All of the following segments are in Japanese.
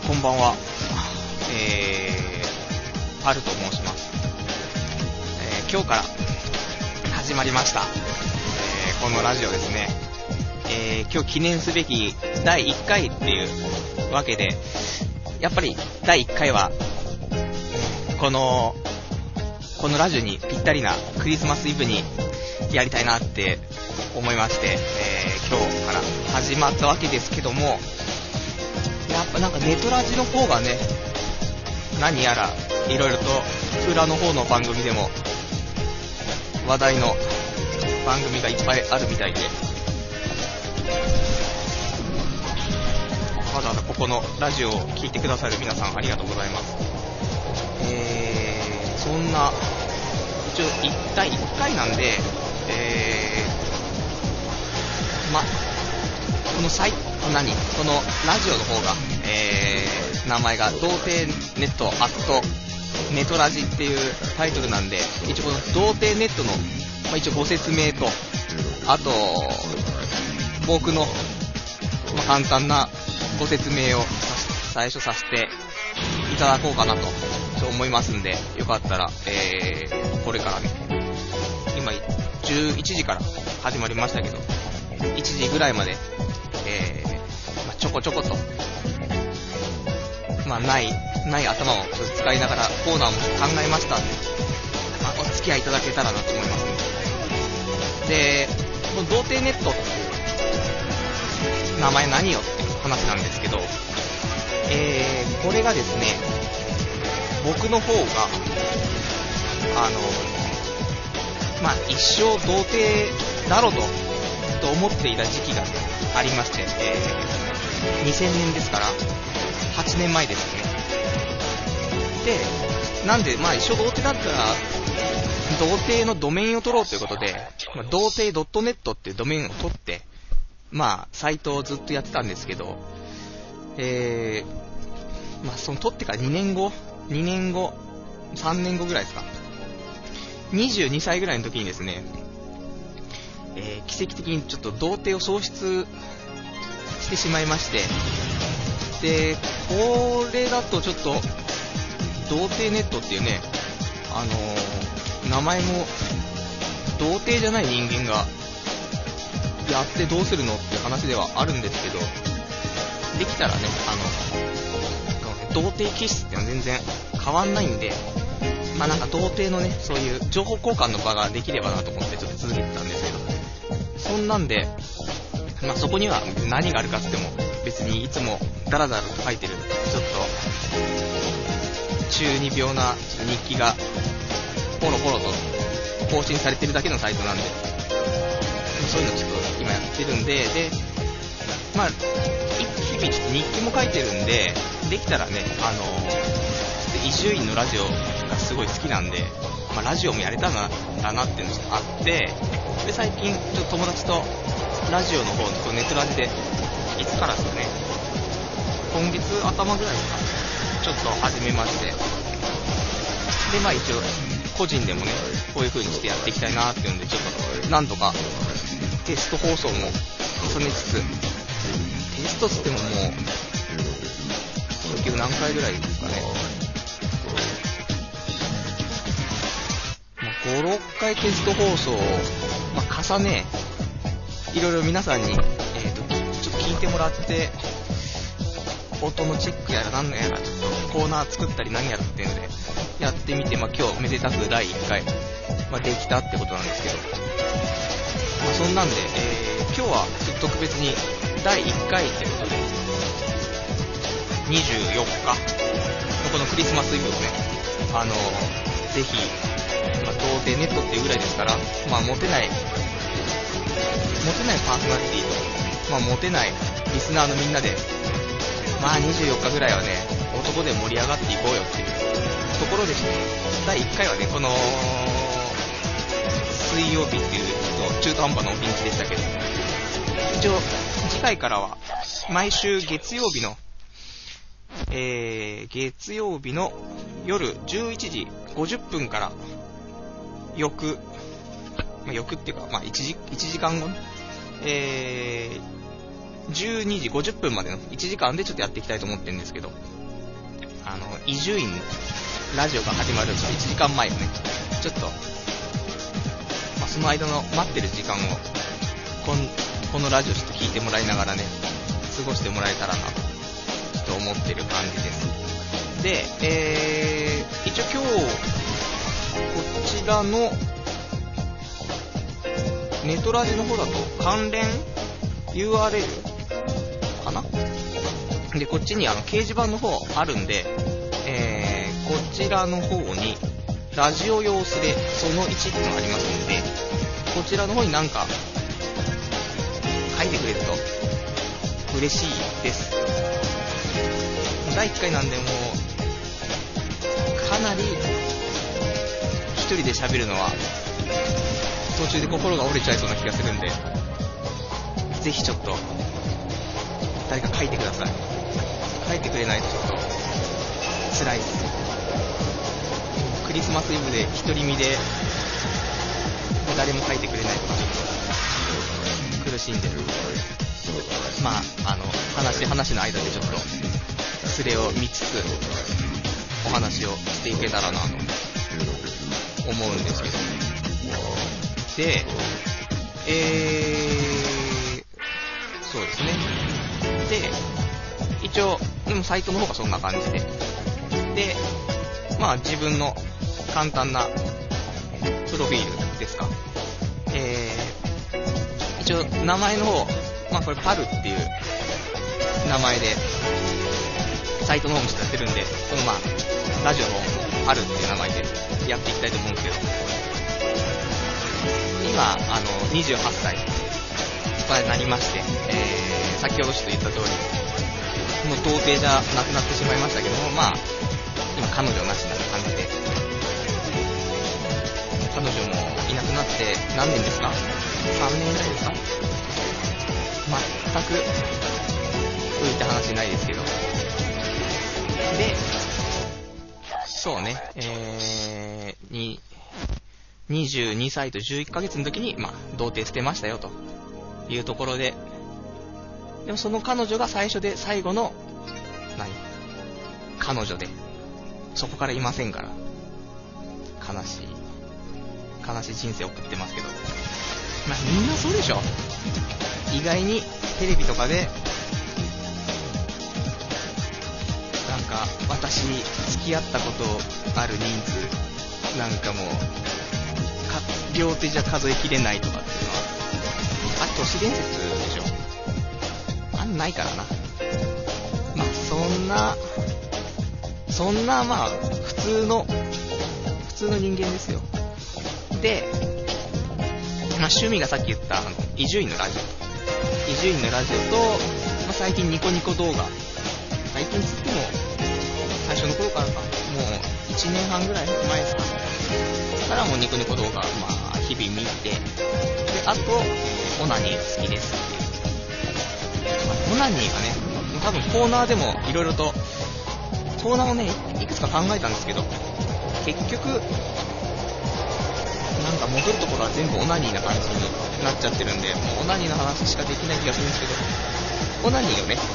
こんばんは。パルと申します。今日から始まりました。このラジオですね。今日記念すべき第1回っていうわけで、やっぱり第1回はこのラジオにぴったりなクリスマスイブにやりたいなって思いまして、今日から始まったわけですけども、やっぱなんかネトラジの方がね、何やらいろいろと裏の方の番組でも話題の番組がいっぱいあるみたいで、わざわざここのラジオを聞いてくださる皆さんありがとうございます。そんな一応第1回なんで、このラジオの方が、名前が童貞ネットネトラジっていうタイトルなんで、一応この童貞ネットの、一応ご説明と、あと僕の、簡単なご説明を最初させていただこうかなと思いますんで、よかったら、これからね、今11時から始まりましたけど、1時ぐらいまで、ちょこちょこと、ない頭をちょっと使いながらコーナーも考えましたんで、お付き合いいただけたらなと思います。で、この童貞ネットっていう名前何よっていう話なんですけど、これがですね、僕の方が一生童貞だろと思っていた時期がありまして、2000年ですから8年前ですね。で、なんで一生童貞だったら童貞のドメインを取ろうということで、童貞 .net っていうドメインを取って、サイトをずっとやってたんですけど、その取ってから2年後、3年後ぐらいですか、22歳ぐらいの時にですね、奇跡的にちょっと童貞を喪失してしまいまして、で、これだとちょっと童貞ネットっていうね、名前も童貞じゃない人間がやってどうするのっていう話ではあるんですけど、できたらね、童貞気質っていうのは全然変わんないんで、童貞のね、そういう情報交換の場ができればなと思ってちょっと続けてたんですけど、そんなんで、そこには何があるかって言っても、別にいつもダラダラと書いてるちょっと中二病な日記がポロポロと更新されてるだけのサイトなんで、そういうのちょっと今やってるんで、で、日々ちょっと日記も書いてるんで、できたらね、伊集院のラジオがすごい好きなんで、ラジオもやれたらなっていうのがあって、で、最近ちょっと友達とラジオの方のネトラジで、いつからですかね、今月頭ぐらいですか、ちょっと始めまして、で、一応個人でもね、こういう風にしてやっていきたいなっていうんで、ちょっとなんとかテスト放送も重ねつつ、テストつってももう結局何回ぐらいですかね、5、6回テスト放送を、重ね、いろいろ皆さんに、ちょっと聞いてもらって、音のチェックやら何やら、ちょっとコーナー作ったり何やらっていうのでやってみて、今日めでたく第1回、できたってことなんですけど、そんなんで、今日は特別に第1回ってことで、24日このクリスマスイブをね、ぜひ、童貞ネットっていうぐらいですから、モテないパーソナリティと、モテないリスナーのみんなで、24日ぐらいはね、男で盛り上がっていこうよっていうところで、第1回はね、この水曜日っていう中途半端なお日にちでしたけど、一応次回からは毎週月曜日の夜11時50分から翌っていうか、1時間後ね、12時50分までの1時間でちょっとやっていきたいと思ってるんですけど、 伊集院のラジオが始まる1時間前をね、ちょっと、その間の待ってる時間を、このラジオちょっと聞いてもらいながらね、過ごしてもらえたらなと、ちょっと思ってる感じです。で、一応今日、こちらの、ネトラジの方だと関連 URL かなで、こっちに掲示板の方あるんで、こちらの方にラジオ用スレその1っていうのがありますので、こちらの方になんか書いてくれると嬉しいです。第1回なんでもうかなり一人で喋るのは途中で心が折れちゃいそうな気がするんで、ぜひちょっと誰か書いてください。書いてくれないとちょっと辛いです。クリスマスイブで独り身で誰も書いてくれないとかちょっと苦しんでる。話の間でちょっとスレを見つつお話をしていけたらなと思うんですけど、で、そうですね。で、一応でもサイトの方がそんな感じで、で、自分の簡単なプロフィールですか。一応名前の方、これパルっていう名前でサイトの方もやってるんで、このラジオの方もパルっていう名前でやっていきたいと思うんですけど、今28歳になりまして、先ほどちょっと言った通りもう童貞じゃなくなってしまいましたけども、今彼女なしな感じで、彼女もいなくなって何年ですか？ 3 年ぐらいですか？全く浮いた話ないですけど、で、そうね、22歳と11ヶ月の時に童貞捨てましたよというところで、でもその彼女が最初で最後の彼女で、そこからいませんから、悲しい人生を送ってますけど、みんなそうでしょ。意外にテレビとかでなんか私付き合ったことある人数なんかもう両手じゃ数えきれないとかっていうのは都市伝説でしょ。ないからな。そんな普通の人間ですよ。で、趣味がさっき言った伊集院のラジオと、最近ニコニコ動画、最近つっても最初の頃からか、もう1年半ぐらい前ですか。からもうニコニコ動画日々見て、であとオナニーが好きですっていう。オナニーがね、多分コーナーでもいろいろとコーナーをねいくつか考えたんですけど、結局なんか戻るところは全部オナニーな感じになっちゃってるんで、もうオナニーの話しかできない気がするんですけど、オナニーをね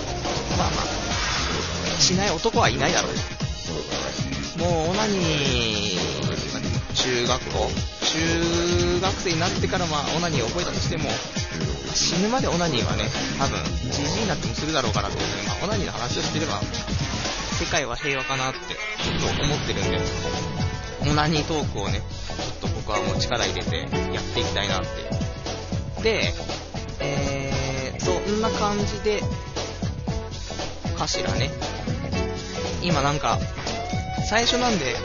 しない男はいないだろう。もうオナニー中学生になってからオナニーを覚えたとしても、死ぬまでオナニーはね多分じじいになってもするだろうからということで、オナニーの話をしてれば世界は平和かなってちょっと思ってるんで、オナニートークをねちょっと僕はもう力入れてやっていきたいなって。で、そんな感じでかしらね。今なんか最初なんで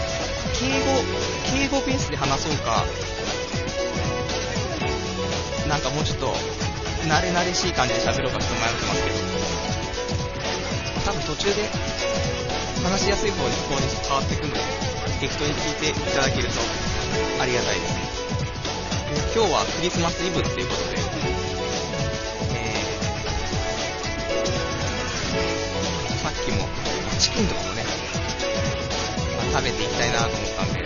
敬語ベースで話そうか、なんかもうちょっと慣れ慣れしい感じで喋ろうかちょっと迷ってますけど、多分途中で話しやすい方に変わっていくので、適当に聞いていただけるとありがたいですね。今日はクリスマスイブっていうことで、さっきもチキンとかもね、食べていきたいなと思ったんで、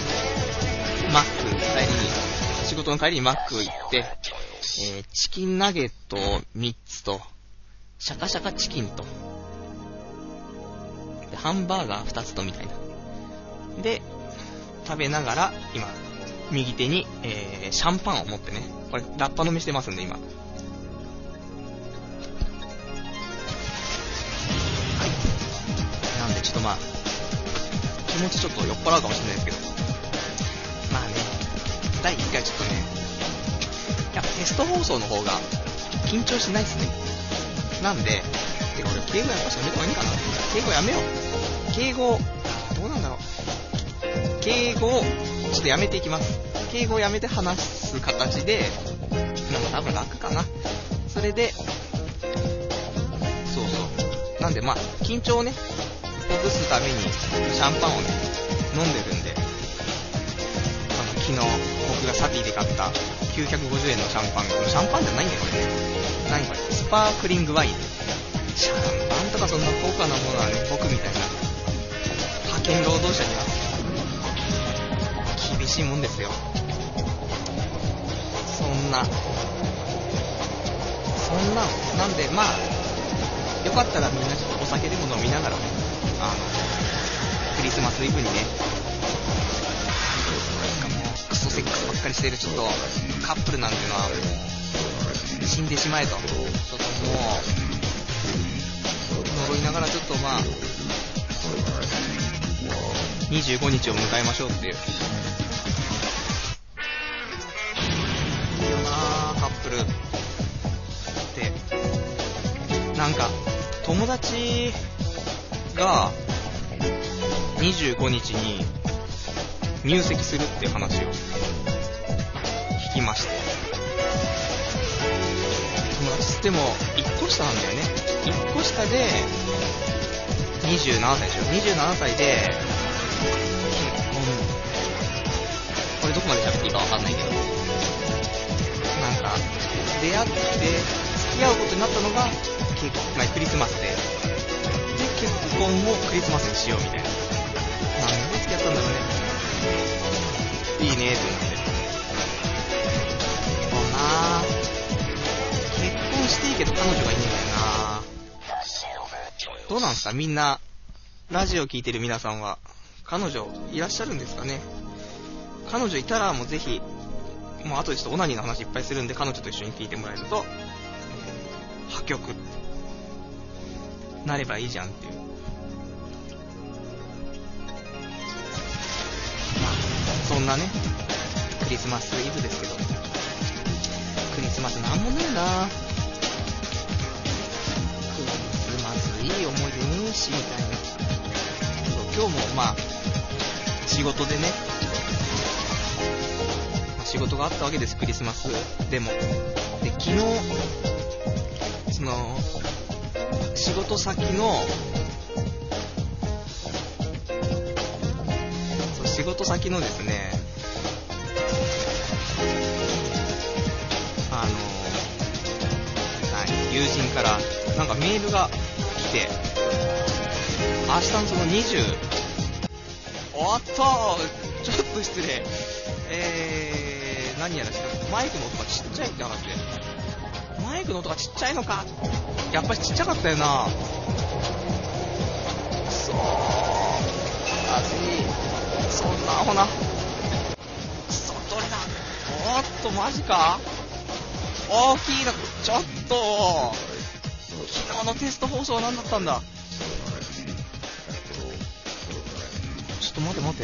仕事の帰りにマック行って、チキンナゲット3つとシャカシャカチキンとでハンバーガー2つとみたいな。で、食べながら、今、右手に、シャンパンを持ってね、これ、ラッパ飲みしてますんで、今。はい。なんで、ちょっとまあ、気持ちちょっと酔っ払うかもしれないですけど、まあね、第1回ちょっとね、やっぱテスト放送の方が、緊張しないっすね。なんで、てか俺、敬語やっぱしやめた方がいいかな。敬語やめよう。敬語、どうなんだろう。敬語をちょっとやめていきます。敬語をやめて話す形で、なんか多分楽かな。それで、そうそう。なんでまあ、緊張をね、ほぐすためにシャンパンをね、飲んでるんで、昨日僕がサティで買った950円のシャンパンが、シャンパンじゃないんだよこれね。何これ、スパークリングワイン。シャンパンとかそんな高価なものはね、僕みたいな派遣労働者には厳しいもんですよ。そんなのなんで、まあよかったらみんなちょっとお酒でも飲みながらね、クリスマスイブにね、なんかもうクソセックスばっかりしてるちょっとカップルなんていうのは死んでしまえと、ちょっともう呪いながらちょっとまあ25日を迎えましょうっていう。いいよなぁ、カップルって。なんか友達が25日に入籍するっていう話を聞きまして、友達っても1個下なんだよね。1個下で27歳でしょ。27歳で結婚、これどこまで喋っていいかわかんないけど、なんか出会って付き合うことになったのがクリスマスで、結婚をクリスマスにしようみたいな。なんで付き合ったんだろうね。いいねって思って。そうなぁ、結婚していいけど彼女がいいんだよな。どうなんすかみんな、ラジオ聞いてる皆さんは彼女いらっしゃるんですかね。彼女いたらもうぜひ、もう後でちょっとオナニーの話いっぱいするんで、彼女と一緒に聞いてもらえると破局なればいいじゃんっていう。まあそんなねクリスマスイブですけど、クリスマスなんもねえな。クリスマスいい思い出ねえしみたいな。今日もまあ仕事でね、仕事があったわけです。クリスマスでも。で、昨日その仕事先のですね、友人からなんかメールが来て、明日のその20、おっとちょっと失礼、何やらマイクの音がちっちゃいって話で、マイクの音がちっちゃいのか、やっぱりちっちゃかったよな。くそー、マジそんなアホな。くそ、どれだ。おっとマジか、大きいな。ちょっと昨日のテスト放送は何だったんだ。ちょっと待て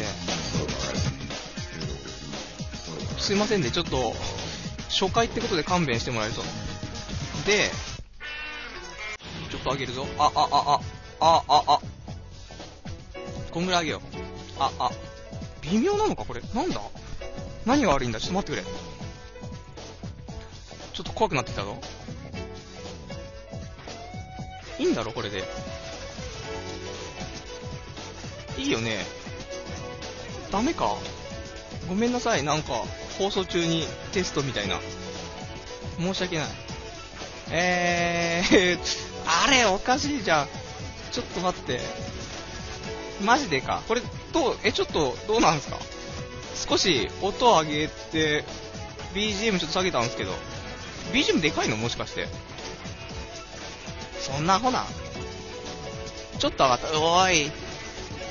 すいませんね、ちょっと初回ってことで勘弁してもらえると。でちょっと上げるぞ。こんぐらい上げよう。微妙なのかこれ。なんだ、何が悪いんだ。ちょっと待ってくれ。ちょっと怖くなってきたぞ。いいんだろこれで。いいよね。ダメか。ごめんなさい、なんか放送中にテストみたいな。申し訳ない。あれおかしいじゃん。ちょっと待って。マジでか。これどう、ちょっとどうなんすか。少し音上げて BGM ちょっと下げたんですけど、BGM でかいのもしかして。そんなアホな。ちょっと上がった。おーい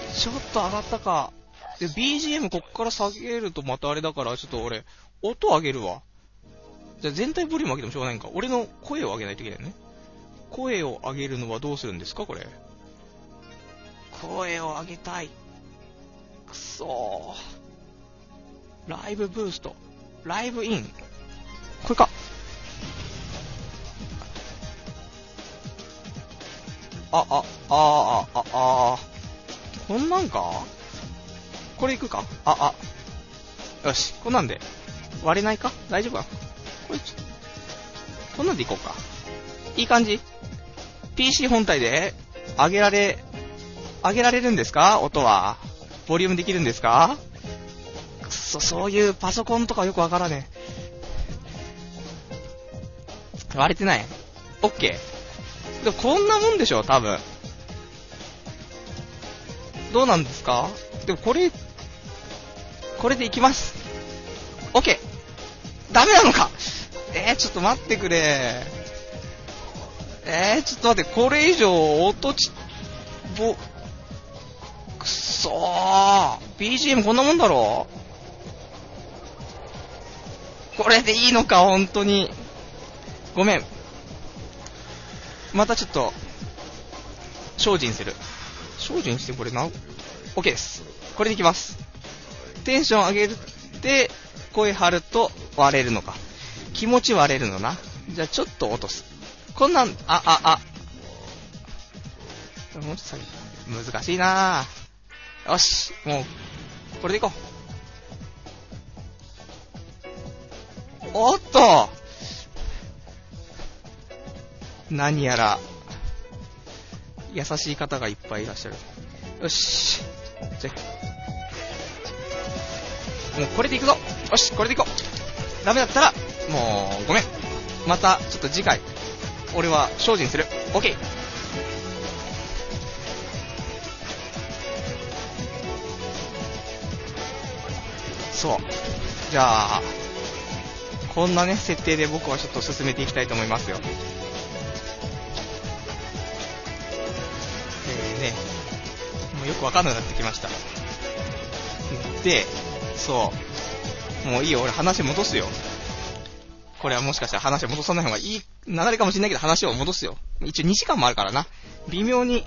ちょっと上がったか。で、BGM こっから下げるとまたあれだから、ちょっと俺、音上げるわ。じゃあ全体ボリューム上げてもしょうがないんか。俺の声を上げないといけないね。声を上げるのはどうするんですか、これ。声を上げたい。くそー。ライブブースト。ライブイン。これか。こんなんかこれいくかよし、こんなんで。割れないか大丈夫かこれこんなんでいこうか。いい感じ ?PC 本体で上げられるんですか音は。ボリュームできるんですかくそ、そういうパソコンとかよくわからねえ。割れてない。OK。でもこんなもんでしょ、多分。どうなんですかでもこれでいきます。OK。ダメなのかちょっと待ってくれ。ちょっと待って、これ以上音くそー。BGM こんなもんだろこれでいいのか、本当に。ごめん。またちょっと、精進する。精進してこれOK です。これでいきます。テンション上げて、声張ると割れるのか。気持ち割れるのな。じゃあちょっと落とす。こんなん、もうちょっと先、難しいなぁ。よし、もう、これでいこう。おっと何やら、優しい方がいっぱいいらっしゃる。よし。じゃもうこれでいくぞ。よし、これでいこう。ダメだったら、もう、ごめん。また、ちょっと次回、俺は精進する。OK。そう。じゃあ、こんなね、設定で僕はちょっと進めていきたいと思いますよ。もうよくわかんなくなってきました。で、そう。もういいよ、俺話戻すよ。これはもしかしたら話を戻さない方がいい流れかもしれないけど話を戻すよ。一応2時間もあるからな。微妙に、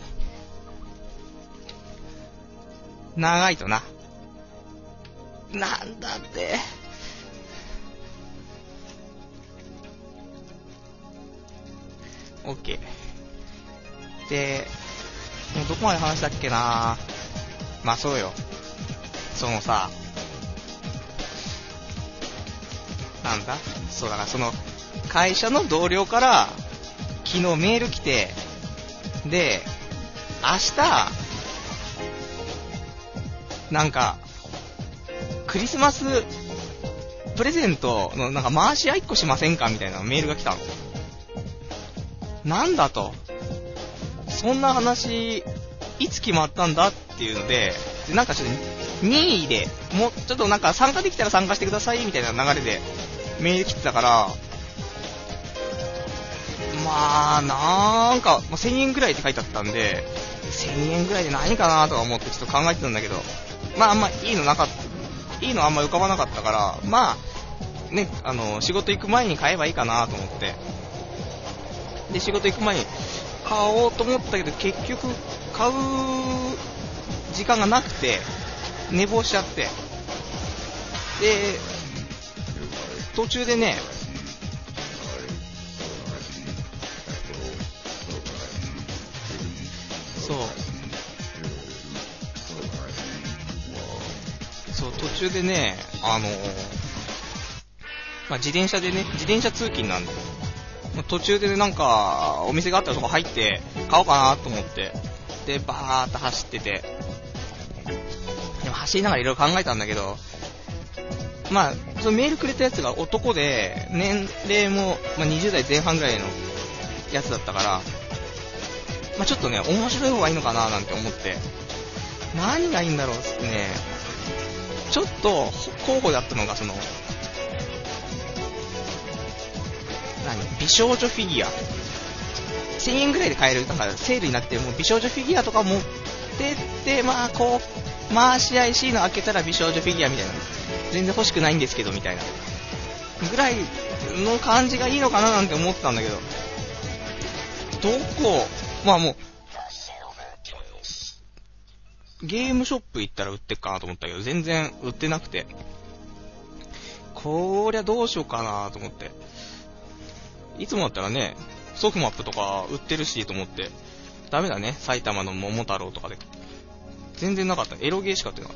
長いとな。なんだって。OK。で、もうどこまで話したっけな。まあそうよ。そのさ、なんだそうだからその、会社の同僚から、昨日メール来て、で、明日、なんか、クリスマスプレゼントのなんか回し合いっこしませんかみたいなメールが来たの。なんだと。そんな話、いつ決まったんだっていうので、なんかちょっと任意で、もうちょっとなんか参加できたら参加してくださいみたいな流れでメール来てたから、まあなんか、1000円ぐらいって書いてあったんで、1000円ぐらいで何かなとか思ってちょっと考えてたんだけど、まああんまいいのあんま浮かばなかったから、まあ、ね、仕事行く前に買えばいいかなと思って。で、仕事行く前に買おうと思ったけど、結局、買う時間がなくて、寝坊しちゃって。で、途中でね、途中でね、まあ、自転車通勤なんで、途中でね、なんか、お店があったらそこ入って、買おうかなと思って、で、バーっと走ってて、でも走りながらいろいろ考えたんだけど、まあ、そのメールくれたやつが男で、年齢も、まあ、20代前半ぐらいのやつだったから、まあ、ちょっとね、面白い方がいいのかななんて思って、何がいいんだろうってね、ちょっと候補だったのが、その、美少女フィギュア。 1000円ぐらいで買える、だからセールになってるもう美少女フィギュアとか持ってって、まあこう、まあ CIC の開けたら美少女フィギュアみたいな、全然欲しくないんですけどみたいなぐらいの感じがいいのかななんて思ったんだけど、どこ、まあもうゲームショップ行ったら売ってっかなと思ったけど、全然売ってなくて、こりゃどうしようかなと思って、いつもだったらね、ソフマップとか売ってるしと思って、ダメだね、埼玉の桃太郎とかで。全然なかった。エロゲーしか売ってなかった。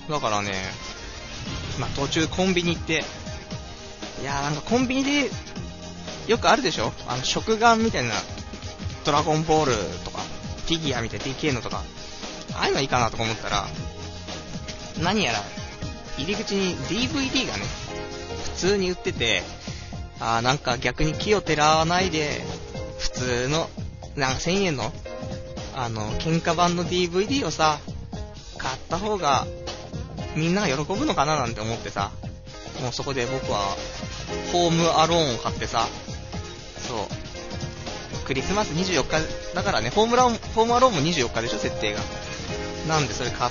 だからね、まあ途中コンビニ行って、いやーなんかコンビニで、よくあるでしょ、食玩みたいな、ドラゴンボールとか、フィギュアみたいな DK のとか、ああいうのいいかなとか思ったら、何やら、入り口に DVD がね、普通に売ってて、なんか逆に気をてらわないで、普通の、なんか1000円の、喧嘩版の DVD をさ、買った方が、みんなが喜ぶのかななんて思ってさ、もうそこで僕は、ホームアローンを買ってさ、そう、クリスマス24日だからね、ホームアローンも24日でしょ、設定が。なんでそれ買って、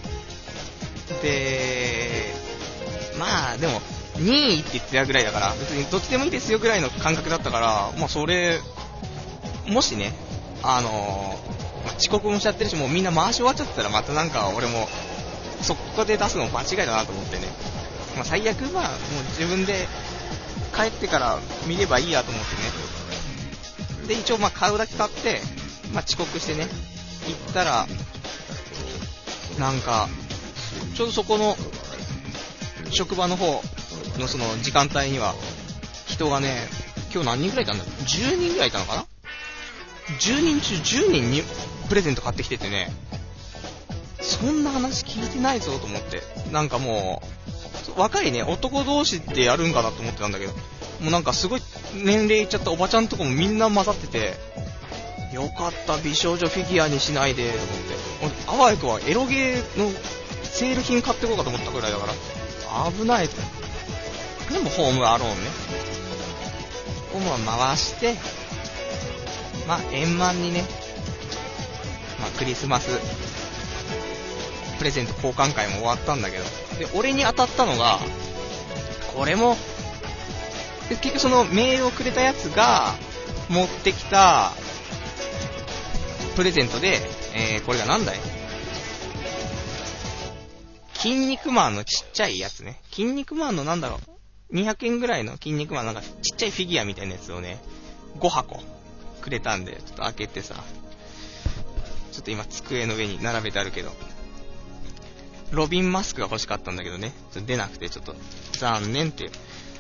で、まあでも、2位って言ってたぐらいだから、別にどっちでもいいですよぐらいの感覚だったから、まあそれ、もしね、遅刻もしちゃってるし、もうみんな回し終わっちゃったら、またなんか俺も、そこで出すの間違いだなと思ってね。まあ最悪、まあもう自分で帰ってから見ればいいやと思ってね。で、一応まあ買うだけ買って、まあ遅刻してね、行ったら、なんか、ちょうどそこの、職場の方のその時間帯には、人がね、今日何人ぐらいいたんだろう ?10 人ぐらいいたのかな ?10 人中10人にプレゼント買ってきててね、そんな話聞いてないぞと思って、なんかもう、若いね、男同士ってやるんかなと思ってたんだけど、もうなんかすごい年齢いっちゃったおばちゃんとかもみんな混ざってて、よかった美少女フィギュアにしないでと思って、あわよくはエロゲーのセール品買ってこうかと思ったくらいだから、危ないと。でもホームアローンね。ホームは回して、まあ円満にね、まあクリスマスプレゼント交換会も終わったんだけど、で、俺に当たったのが、これも、で結局そのメールをくれたやつが持ってきたプレゼントで、これがなんだい？筋肉マンのちっちゃいやつね。筋肉マンのなんだろう。200円ぐらいの筋肉マンなんかちっちゃいフィギュアみたいなやつをね、5箱くれたんで、ちょっと開けてさ、ちょっと今机の上に並べてあるけど、ロビンマスクが欲しかったんだけどね、ちょっと出なくてちょっと残念っていう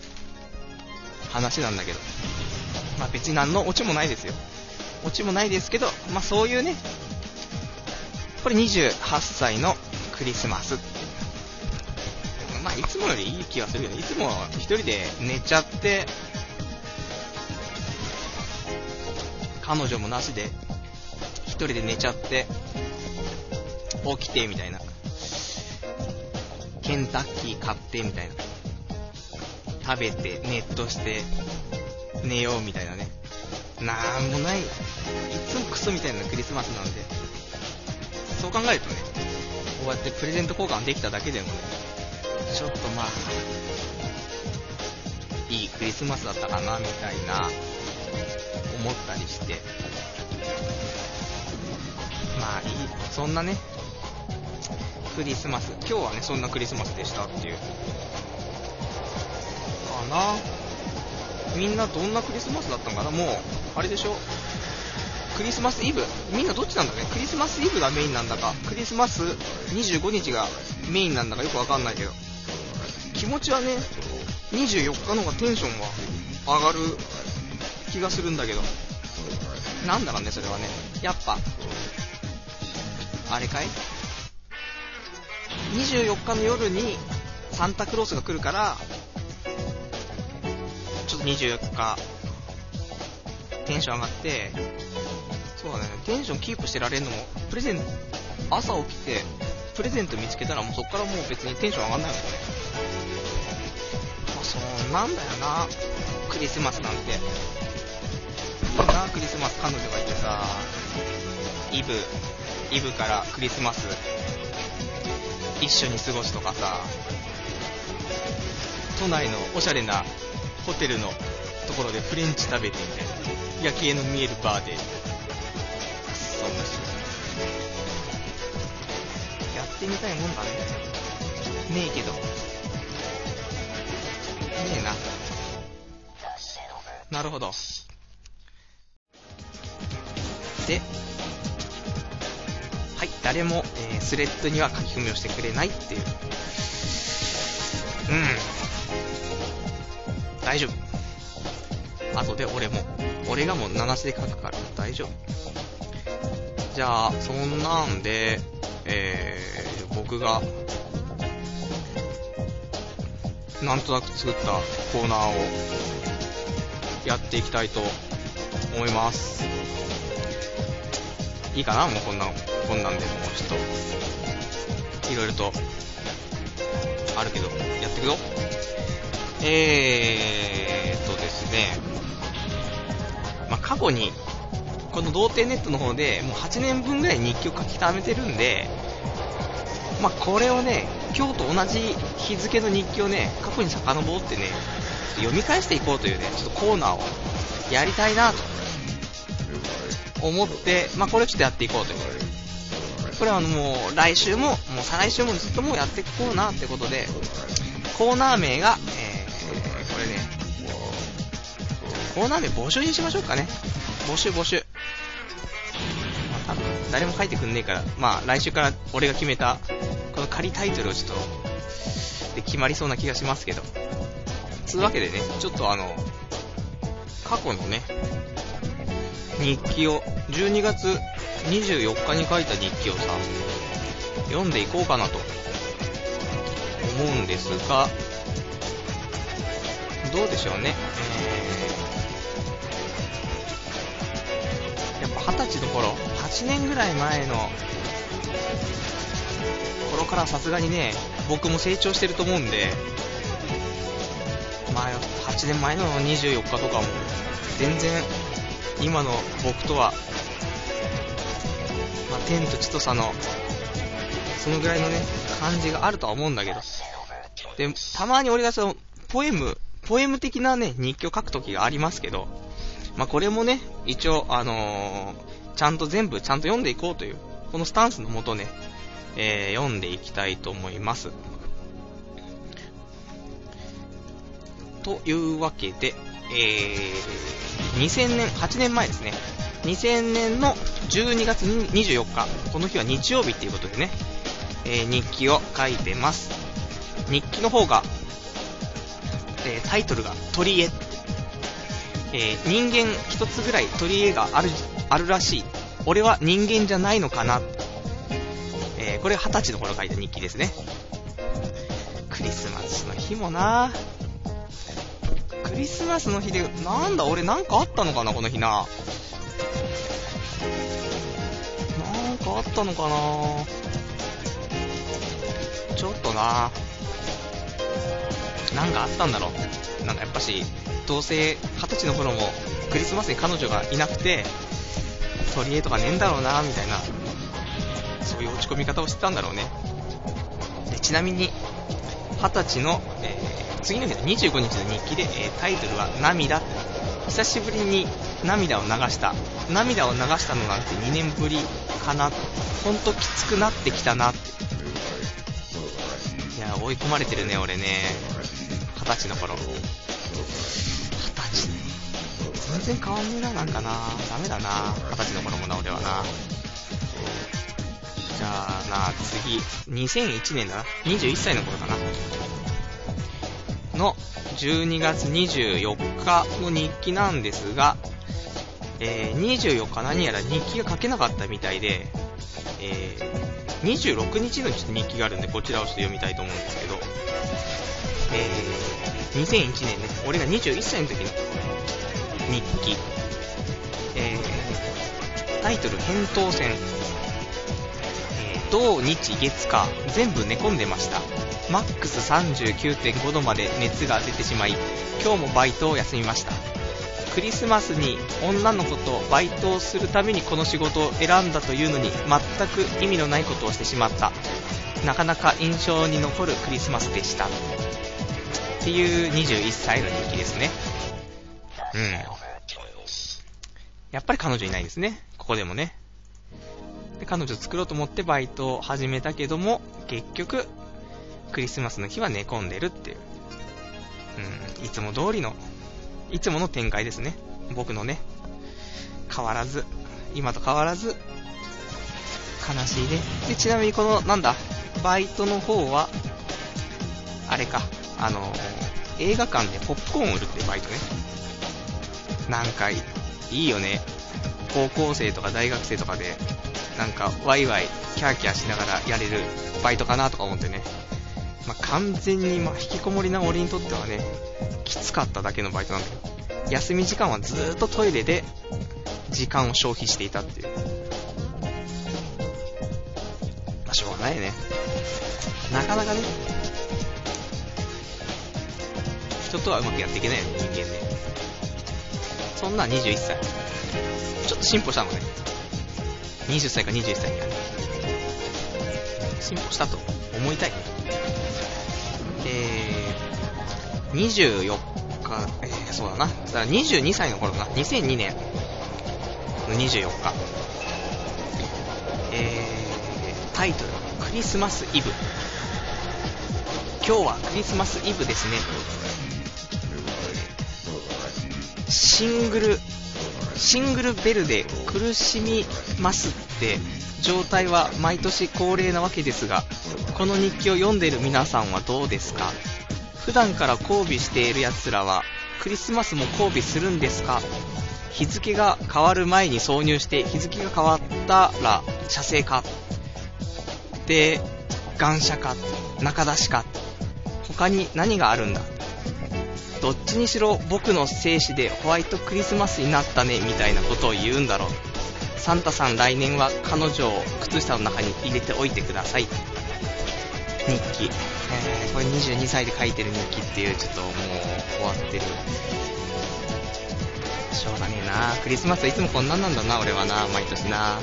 話なんだけど、まあ別に何のオチもないですよ。オチもないですけど、まあそういうね、これ28歳のクリスマス。まあいつもよりいい気がするけど、いつも一人で寝ちゃって、彼女もなしで一人で寝ちゃって起きてみたいな、ケンタッキー買ってみたいな、食べてネットして寝ようみたいなね、なんもない、いつもクソみたいなクリスマスなんで、そう考えるとね、こうやってプレゼント交換できただけでもね、ちょっとまあいいクリスマスだったかなみたいな思ったりして、まあいい、そんなねクリスマス、今日はねそんなクリスマスでしたっていうかな。みんなどんなクリスマスだったのかな。もうあれでしょ、クリスマスイブ、みんなどっちなんだね。クリスマスイブがメインなんだか、クリスマス25日がメインなんだかよくわかんないけど、気持ちはね24日の方がテンションは上がる気がするんだけど、なんだろうねそれはね。やっぱあれかい、24日の夜にサンタクロースが来るから、ちょっと24日テンション上がって、そうだね、テンションキープしてられるのも、プレゼント朝起きてプレゼント見つけたらもうそっからもう別にテンション上がんないもんね。まあそうなんだよなクリスマスなんて。 な、クリスマス彼女がいてさ、イブからクリスマス一緒に過ごすとかさ、都内のおしゃれなホテルのところでフレンチ食べてみたいな、夜景の見えるバーで、そんな人やってみたいもんだね。ねえけどねえな。なるほど。で、はい、誰も、スレッドには書き込みをしてくれないっていう。大丈夫。後で俺がもう7字で書くから大丈夫。じゃあそんなんで、僕がなんとなく作ったコーナーをやっていきたいと思います。いいかな、もうこんなんでもうちょっといろいろとあるけどやっていくぞ。ですね、過去にこの童貞ネットの方でもう8年分ぐらい日記を書き溜めてるんで、これをね、今日と同じ日付の日記をね、過去に遡ってね、読み返していこうというね、ちょっとコーナーをやりたいなと思って、これをちょっとやっていこうという。これはもう来週も、もう再来週もずっともうやっていこうなってことで、コーナー名が、これね、コーナー名募集にしましょうかね。募集。多分誰も書いてくんねえから、来週から俺が決めたこの仮タイトルをちょっとで決まりそうな気がしますけど、つうわけでね、ちょっと過去のね日記を12月24日に書いた日記をさ読んでいこうかなと思うんですが、どうでしょうね。やっぱ20歳の頃、8年ぐらい前の頃からさすがにね、僕も成長してると思うんで、8年前の24日とかも全然今の僕とは、天と地と差のそのぐらいのね感じがあるとは思うんだけど、でたまに俺がそのポエム的なね日記を書く時がありますけど、これもね一応ちゃんと読んでいこうというこのスタンスのもとね、読んでいきたいと思います。というわけで、2000年、8年前ですね。2000年の12月24日、この日は日曜日っていうことでね、日記を書いてます。日記の方が、タイトルが取り柄、人間一つぐらい取り柄があるらしい。俺は人間じゃないのかな。これ20歳の頃書いた日記ですね。クリスマスの日もな、クリスマスの日で俺なんかあったのかな、この日な。なんかあったのかな、ちょっとな、なんかあったんだろう。なんかやっぱしどうせ20歳の頃もクリスマスに彼女がいなくて取り柄とかねえんだろうなみたいな、そういう落ち込み方をしてたんだろうね。でちなみに20歳の、次の日の25日の日記で、タイトルは涙。久しぶりに涙を流したのなんて2年ぶりかな。ほんときつくなってきたなって。いや追い込まれてるね俺ね。20歳の頃、20歳全然変わんねえな、なんかな、ダメだな、20歳の頃もな俺はな。じゃあな、次2001年だな、21歳の頃かなの12月24日の日記なんですが、24日何やら日記が書けなかったみたいで、26日の日記があるんで、こちらをちょっと読みたいと思うんですけど、2001年ね、俺が21歳の時の日記、タイトル扁桃腺、土日月火全部寝込んでました。マックス 39.5 度まで熱が出てしまい、今日もバイトを休みました。 クリスマスに女の子とバイトをするためにこの仕事を選んだというのに全く意味のないことをしてしまった。なかなか印象に残るクリスマスでしたっていう21歳の日記ですね。やっぱり彼女いないですね、ここでもね。で、彼女作ろうと思ってバイトを始めたけども、結局クリスマスの日は寝込んでるっていう、いつもの展開ですね。僕のね、今と変わらず悲しいね。で、ちなみにこのバイトの方はあれか、映画館でポップコーンを売るっていうバイトね。なんかいいよね。高校生とか大学生とかでなんかワイワイキャーキャーしながらやれるバイトかなとか思ってね。完全に引きこもりな俺にとってはね、きつかっただけのバイトなんだけど、休み時間はずーっとトイレで時間を消費していたっていう。しょうがないね。なかなかね、人とはうまくやっていけないよね、人間ね。そんな21歳。ちょっと進歩したのね。20歳か21歳になる。進歩したと思いたい。24日、そうだな。だから22歳の頃な。2002年の24日。タイトル、クリスマスイブ。今日はクリスマスイブですね。シングルベルで苦しみますって状態は毎年恒例なわけですが、この日記を読んでいる皆さんはどうですか？普段から交尾している奴らはクリスマスも交尾するんですか？日付が変わる前に挿入して日付が変わったら射精かで、願射か中出しか、他に何があるんだ？どっちにしろ僕の生死でホワイトクリスマスになったねみたいなことを言うんだろう。サンタさん来年は彼女を靴下の中に入れておいてください。日記、これ22歳で書いてる日記っていう、ちょっともう終わってる。しょうがねえな。クリスマスはいつもこんなんなんだな、俺はな、毎年な。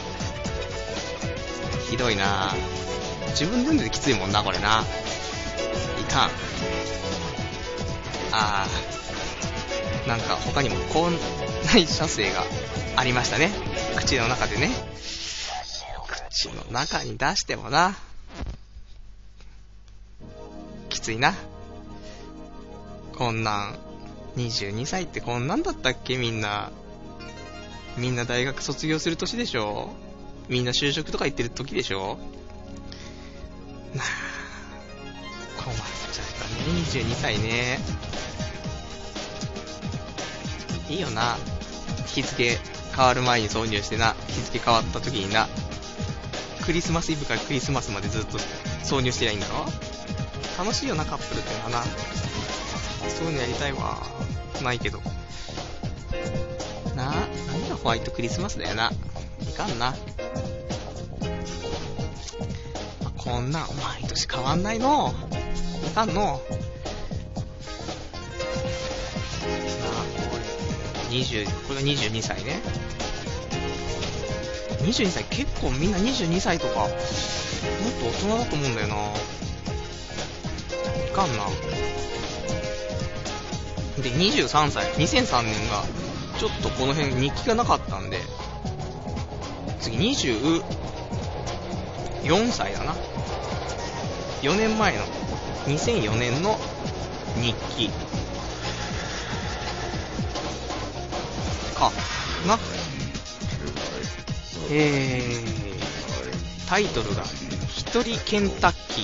ひどいな。自分で読んでてきついもんな、これな。いかん。なんか他にも口内射精がありましたね。口の中でね。口の中に出してもな、きついな。こんなん22歳ってこんなんだったっけ？みんな大学卒業する年でしょ。みんな就職とか行ってる時でしょ。困っちゃったね、22歳ね。いいよな、日付変わる前に挿入してな、日付変わった時にな、クリスマスイブからクリスマスまでずっと挿入してりゃいいんだろ。楽しいよな、カップルってのはな。そういうのやりたいわ。ないけどな。何がホワイトクリスマスだよな。いかんな。こんなん毎年変わんないの。いかんの。これが22歳ね。22歳、結構みんな22歳とかもっと大人だと思うんだよな。いかんな。で、23歳、2003年がちょっとこの辺日記がなかったんで、次24歳だな。4年前の2004年の日記かな。タイトルが一人ケンタッキ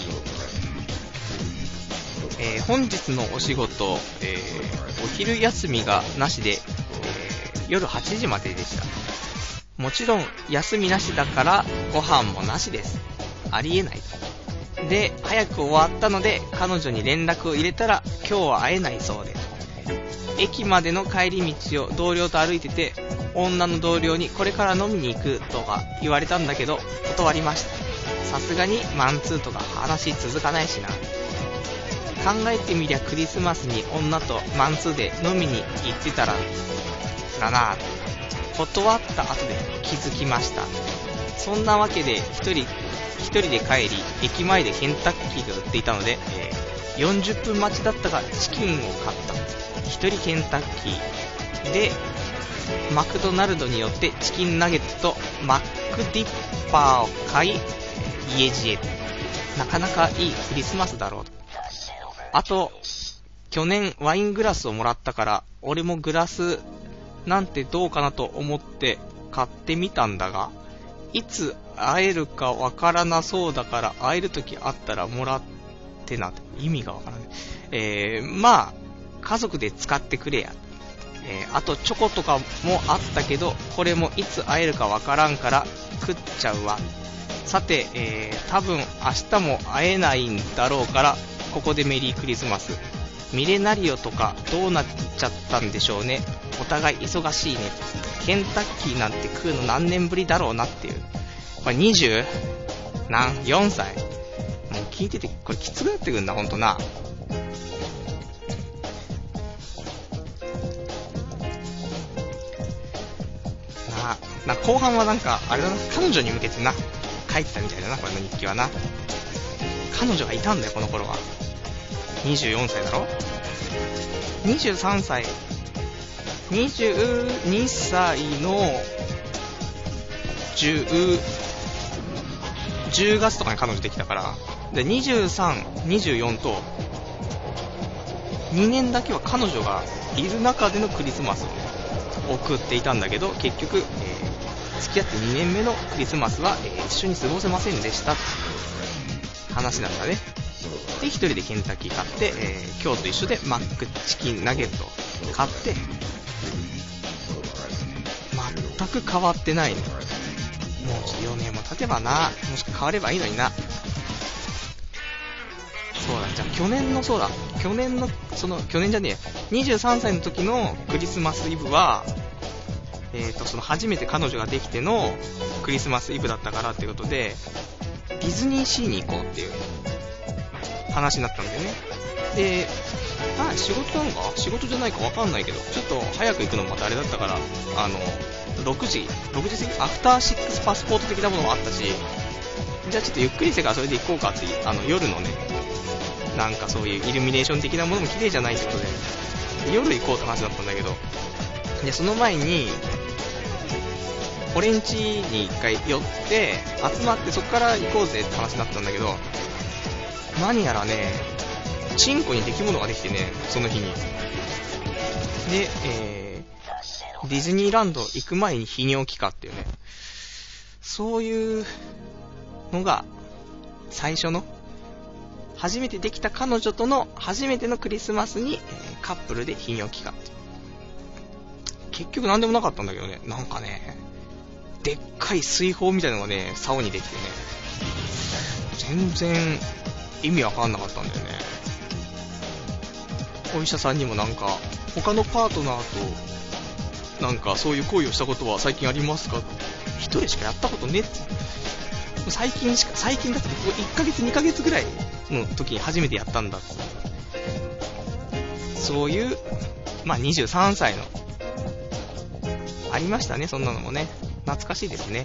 ー。本日のお仕事、お昼休みがなしで、夜8時まででした。もちろん休みなしだからご飯もなしです。ありえない。で、早く終わったので彼女に連絡を入れたら今日は会えないそうで、駅までの帰り道を同僚と歩いてて、女の同僚にこれから飲みに行くとか言われたんだけど断りました。さすがにマンツーとか話続かないしな。 考えてみりゃクリスマスに女とマンツーで飲みに行ってたらだな。断った後で気づきました。そんなわけで一人で帰り、駅前でケンタッキーが売っていたので、40分待ちだったがチキンを買った。一人ケンタッキーでマクドナルドによってチキンナゲットとマックディッパーを買い、家路へ。なかなかいいクリスマスだろうと。あと去年ワイングラスをもらったから、俺もグラスなんてどうかなと思って買ってみたんだが、いつ会えるかわからなそうだから、会えるときあったらもらってな。意味がわからない。まあ家族で使ってくれや。あとチョコとかもあったけど、これもいつ会えるかわからんから食っちゃうわ。さて、多分明日も会えないんだろうから、ここでメリークリスマス。ミレナリオとかどうなっちゃったんでしょうね。お互い忙しいね。ケンタッキーなんて食うの何年ぶりだろうなっていう。これ24歳。もう聞いててこれきつくなってくんだほんとな。な後半はなんかあれだな、彼女に向けてな書いてたみたいだな、これの日記はな。彼女がいたんだよこの頃は。24歳だろ。23歳22歳の10月とかに彼女できたから、で23、24と2年だけは彼女がいる中でのクリスマスを、ね、送っていたんだけど、結局、付き合って2年目のクリスマスは、一緒に過ごせませんでしたって話なんだね。で一人でケンタッキー買って、今日と一緒でマックチキンナゲット買って、全く変わってないの。もうちょっと4年も経てばな、もしくは変わればいいのにな。そうだ、じゃあ去年の去年じゃねえ、23歳の時のクリスマスイブは、その初めて彼女ができてのクリスマスイブだったからっていうことで、ディズニーシーに行こうっていう話になったんだよね。で、仕事なのか仕事じゃないか分かんないけど、ちょっと早く行くのもまたあれだったから、6時過ぎ、アフターシックスパスポート的なものもあったし、じゃあちょっとゆっくりしてからそれで行こうかっていう、夜のね、なんかそういうイルミネーション的なものも綺麗じゃないってことで、夜行こうって話だったんだけど、でその前に俺ん家に一回寄って集まって、そっから行こうぜって話になったんだけど、何やらね、チンコに出来物ができてね、その日に。で、ディズニーランド行く前に泌尿器科っていうね、そういうのが最初の初めてできた彼女との初めてのクリスマスに、カップルで泌尿器科って。結局なんでもなかったんだけどね、なんかね、でっかい水泡みたいなのがね、竿にできてね、全然意味わかんなかったんだよね。お医者さんにもなんか、他のパートナーとなんかそういう行為をしたことは最近ありますか？一人しかやったことねって。最近だって1ヶ月2ヶ月ぐらいの時に初めてやったんだって。そういうまあ23歳のありましたね、そんなのもね。懐かしいですね。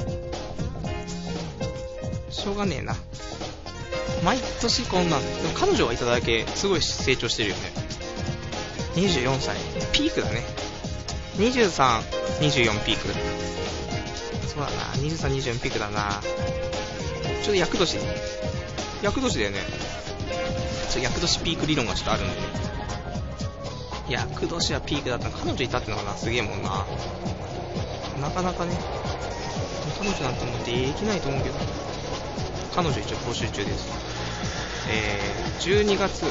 しょうがねえな。毎年こんなん。でも彼女がいただけすごい成長してるよね。24歳ピークだね。23、24ピーク。そうだな、23、24ピークだな。ちょっと厄年だよね。厄年ピーク理論がちょっとあるんでね。厄年はピークだったの。彼女いたってのがな、すげえもんな。なかなかね、彼女なんてもうできないと思うけど、彼女一応募集中です。12月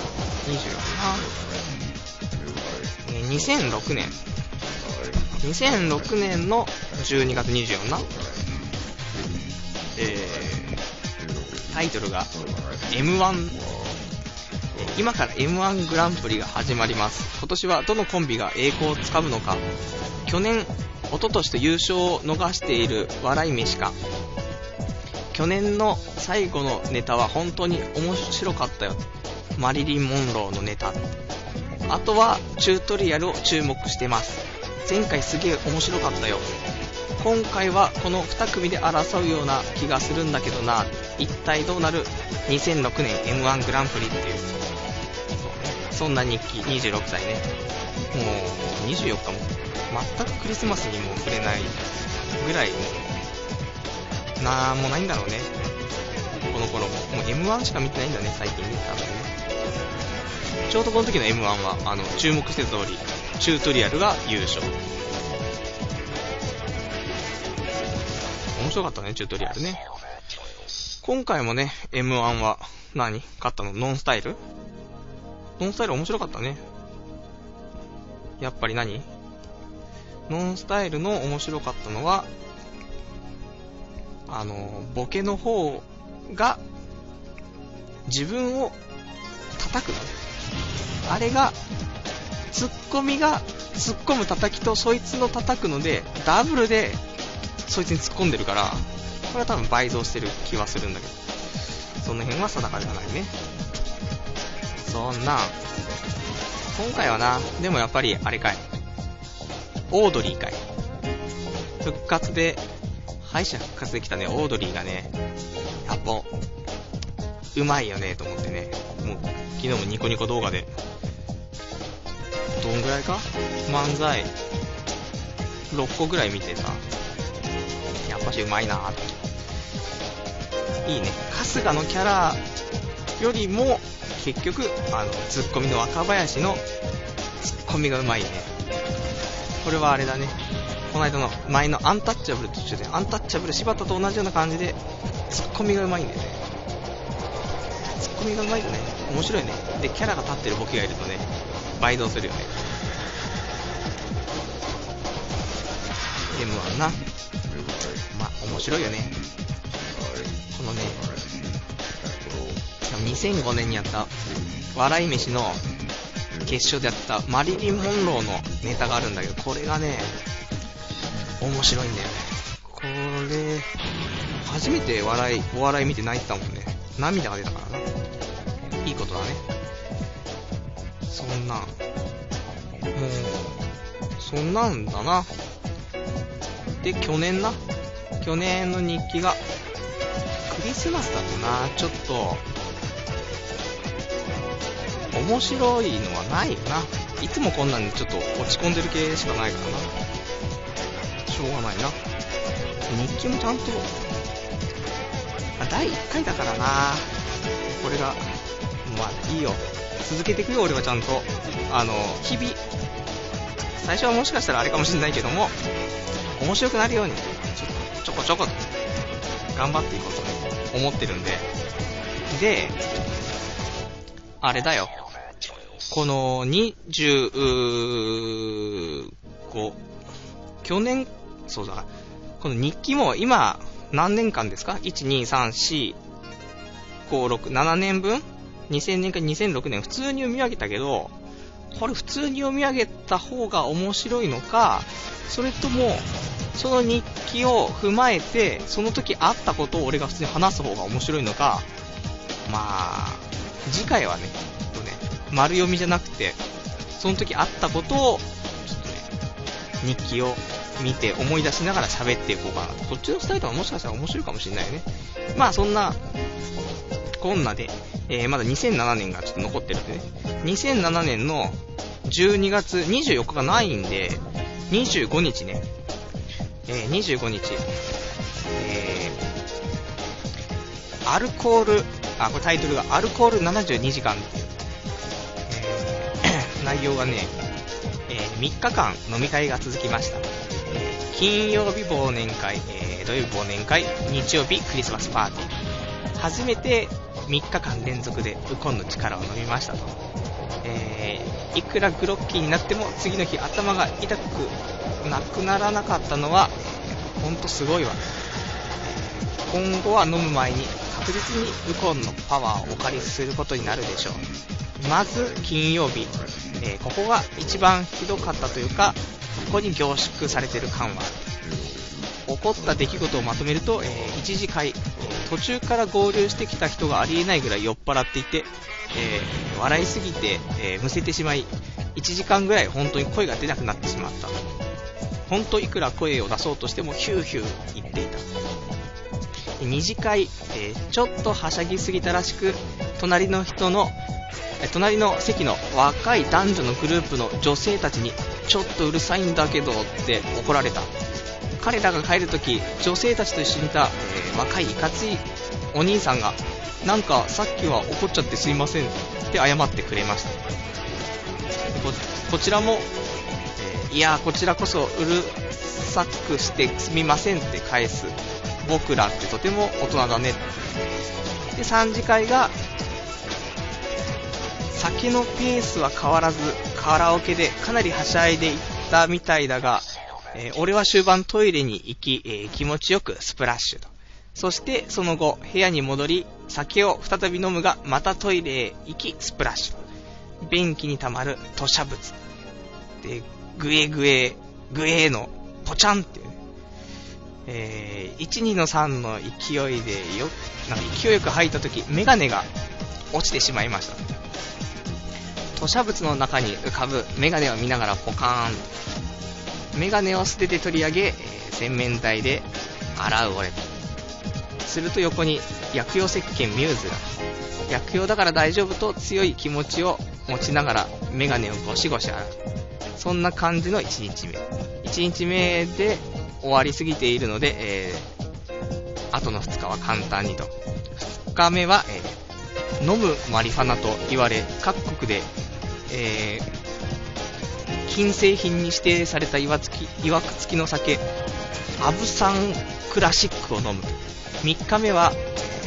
24、2006年の12月24な。タイトルが M1、今から M1 グランプリが始まります。今年はどのコンビが栄光をつかむのか。去年、一昨年と優勝を逃している笑い飯か。去年の最後のネタは本当に面白かったよ。 マリリン・モンローのネタ、あとはチュートリアルを注目してます。前回すげえ面白かったよ。今回はこの2組で争うような気がするんだけどな。一体どうなる。2006年 M1 グランプリっていう、そんな日記。26歳ね。もう24日も全くクリスマスにも触れないぐらい、もうなんもないんだろうね、この頃も。もう M1 しか見てないんだね、最近ね、多分ね。ちょうどこの時の M1 は注目してた通りチュートリアルが優勝。面白かったね、チュートリアルね。今回もね、M1 は勝ったのノンスタイル面白かったね。やっぱりノンスタイルの面白かったのは、ボケの方が自分を叩くの。あれが、ツッコミが突っ込む叩きとそいつの叩くので、ダブルでそいつに突っ込んでるから、これは多分倍増してる気はするんだけど、その辺は定かではないね。そんな今回はな、でもやっぱりあれかい、オードリーかい。復活で、敗者復活できたね、オードリーがね、やっぱうまいよねと思ってね。もう昨日もニコニコ動画でどんぐらいか漫才6個ぐらい見てさ、やっぱしうまいなぁと。いいね。春日のキャラよりも結局ツッコミの若林のツッコミがうまいね。これはあれだね、この間の前のアンタッチャブルと一緒で、アンタッチャブル柴田と同じような感じでツッコミがうまいんだよね。ツッコミがうまいとね、面白いね。でキャラが立ってるボケがいるとね、倍増するよね。M1 な、面白いよね。このね、2005年にやった笑い飯の決勝でやったマリリン・モンローのネタがあるんだけど、これがね面白いんだよね。これ初めてお笑い見て泣いてたもんね。涙が出たからな。いいことだね。そんなんだな。で去年の日記がクリスマスだとな、ちょっと面白いのはないよな。いつもこんなんでちょっと落ち込んでる系しかないからな。しょうがないな。日記もちゃんと、第1回だからな。これがいいよ、続けていくよ。俺はちゃんと日々、最初はもしかしたらあれかもしれないけども、面白くなるようにちょこちょこ頑張っていこうと思ってるんで。であれだよ、この25、去年、そうだ、この日記も今何年間ですか？ 1、2、3、4、5、6、7年分、2000年から2006年普通に読み上げたけど、これ普通に読み上げた方が面白いのか、それともその日記を踏まえてその時あったことを俺が普通に話す方が面白いのか。次回はね、丸読みじゃなくて、その時あったことをちょっとね、日記を見て思い出しながら喋っていこうかなと。そっちのスタイルはもしかしたら面白いかもしれないよね。そんなこんなで、まだ2007年がちょっと残ってるんでね、2007年の12月24日がないんで、25日ね、25日、アルコール、これタイトルがアルコール72時間っていう、内容がね、3日間飲み会が続きました。金曜日忘年会、土曜日忘年会、日曜日クリスマスパーティー。初めて3日間連続でウコンの力を飲みましたと。いくらグロッキーになっても次の日頭が痛くなくならなかったのはほんとすごいわ。今後は飲む前に確実にウコンのパワーをお借りすることになるでしょう。まず金曜日、ここが一番ひどかったというか、ここに凝縮されてる感はある。起こった出来事をまとめると、一次会、途中から合流してきた人がありえないぐらい酔っ払っていて、 笑いすぎて、むせてしまい、1時間ぐらい本当に声が出なくなってしまった。本当いくら声を出そうとしてもヒューヒュー言っていた。2次会、ちょっとはしゃぎすぎたらしく、隣の席の若い男女のグループの女性たちにちょっとうるさいんだけどって怒られた。彼らが帰るとき、女性たちと一緒にいた、若いいかついお兄さんが、なんかさっきは怒っちゃってすいませんって謝ってくれました。こちらも、いやこちらこそうるさくしてすみませんって返す。僕らってとても大人だね。で、3次会が、酒のペースは変わらずカラオケでかなりはしゃいでいったみたいだが、俺は終盤トイレに行き、気持ちよくスプラッシュと。そしてその後部屋に戻り酒を再び飲むが、またトイレへ行きスプラッシュ。便器にたまる吐砂物でグエグエグエのポチャンっていう、12の3の勢いでなんか勢いよく吐いたときメガネが落ちてしまいました。吐砂物の中に浮かぶメガネを見ながらポカーン。メガネを捨てて取り上げ、洗面台で洗う俺。すると横に薬用石鹸ミューズが、薬用だから大丈夫と強い気持ちを持ちながらメガネをゴシゴシ洗う。そんな感じの1日目。1日目で終わりすぎているので、後の2日は簡単にと。2日目は、飲むマリファナと言われ各国で、禁制品に指定されたいわくつきの酒アブサンクラシックを飲む。3日目は、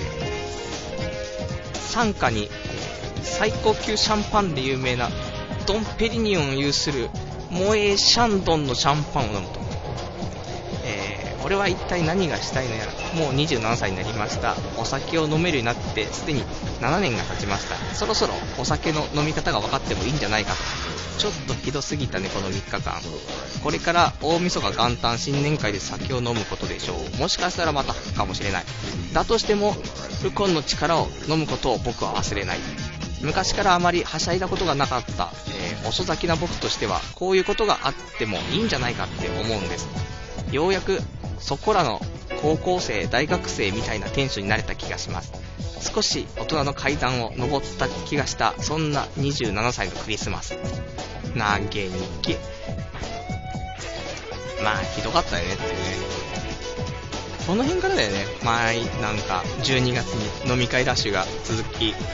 傘下に、最高級シャンパンで有名なドン・ペリニオンを有するモエ・シャンドンのシャンパンを飲むと。俺は一体何がしたいのやら。もう27歳になりました。お酒を飲めるようになってすでに7年が経ちました。そろそろお酒の飲み方が分かってもいいんじゃないかと。ちょっとひどすぎたねこの3日間。これから大晦日元旦新年会で酒を飲むことでしょう。もしかしたらまたかもしれない。だとしてもウコンの力を飲むことを僕は忘れない。昔からあまりはしゃいだことがなかった、遅咲きな僕としてはこういうことがあってもいいんじゃないかって思うんです。ようやくそこらの高校生大学生みたいなテンションになれた気がします。少し大人の階段を登った気がした、そんな27歳のクリスマス。なげ日記。まあひどかったよねっていうね。この辺からだよね。なんか12月に飲み会ラッシュが続き、一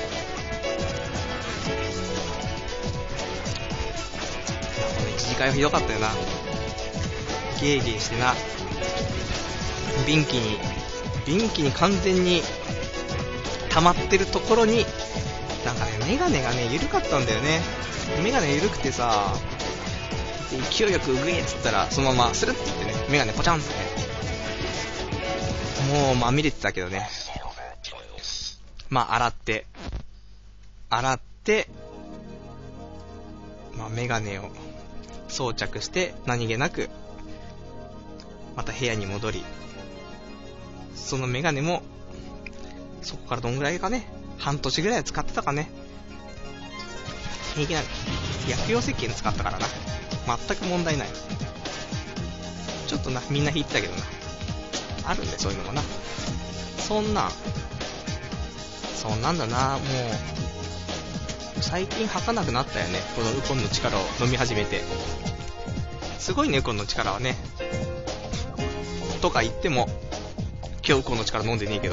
次会はひどかったよな。ゲーゲーしてな。便器に完全に溜まってるところになんかね、メガネがね緩かったんだよね。メガネ緩くてさ、勢いよくグイッつったらそのままスルッていってね、メガネポチャンってね、もうまみれてたけどね。まあ洗って、まあメガネを装着して何気なくまた部屋に戻り、そのメガネもそこからどんぐらいかね、半年ぐらい使ってたかね。平気な薬用石鹸使ったからな、全く問題ない。ちょっとな、みんな引いてたけどな、あるんでそういうのもな。そんなんだな。もう最近吐かなくなったよね、このウコンの力を飲み始めて。すごいね、ウコンの力はね。とか言っても今日ウコンの力飲んでねえけど。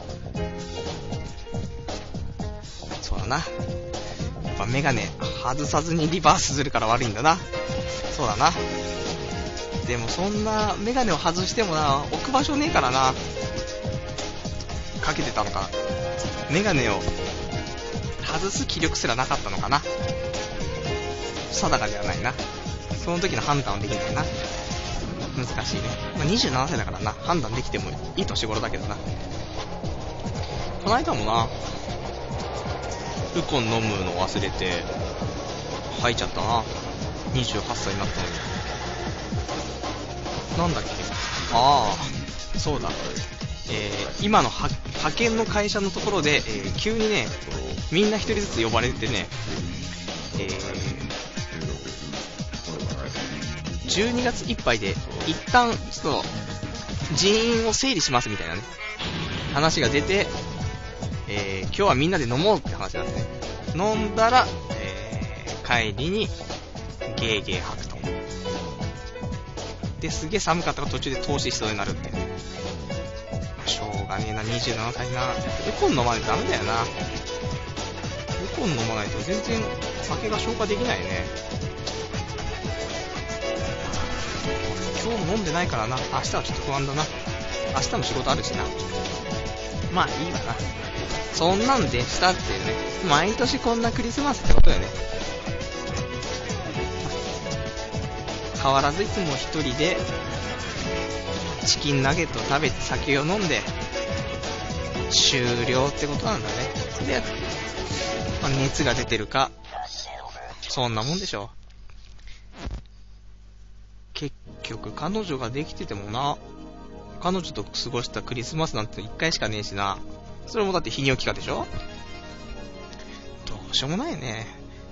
そうだな、やっぱメガネ外さずにリバースするから悪いんだな。そうだな。でもそんなメガネを外してもな、置く場所ねえからな。かけてたのか、メガネを外す気力すらなかったのかな。定かではないな。その時の判断はできないな。難しいね。まあ、27歳だからな、判断できてもいい年頃だけどな。この間もな、ウコン飲むの忘れて吐いちゃったな。28歳になったのに。なんだっけ、そうだ、 今の派遣の会社のところで、急にね、みんな一人ずつ呼ばれてね、12月いっぱいで一旦ちょっと人員を整理しますみたいなね話が出て、今日はみんなで飲もうって話なんですね。飲んだら、帰りにゲーゲー吐くと。ですげえ寒かったから途中で投資しそうになるってね。しょうがねえな、27歳な。ウコン飲まないとダメだよな。ウコン飲まないと全然酒が消化できないね。今日も飲んでないからな。明日はちょっと不安だな。明日も仕事あるしな。まあいいわな。そんなんでしたっていうね。毎年こんなクリスマスってことよね。変わらずいつも一人でチキンナゲットを食べて酒を飲んで終了ってことなんだね。で、まあ、熱が出てるかそんなもんでしょ。結局彼女ができててもな、彼女と過ごしたクリスマスなんて1回しかねえしな。それもだって泌尿器科でしょ。どうしようもないね。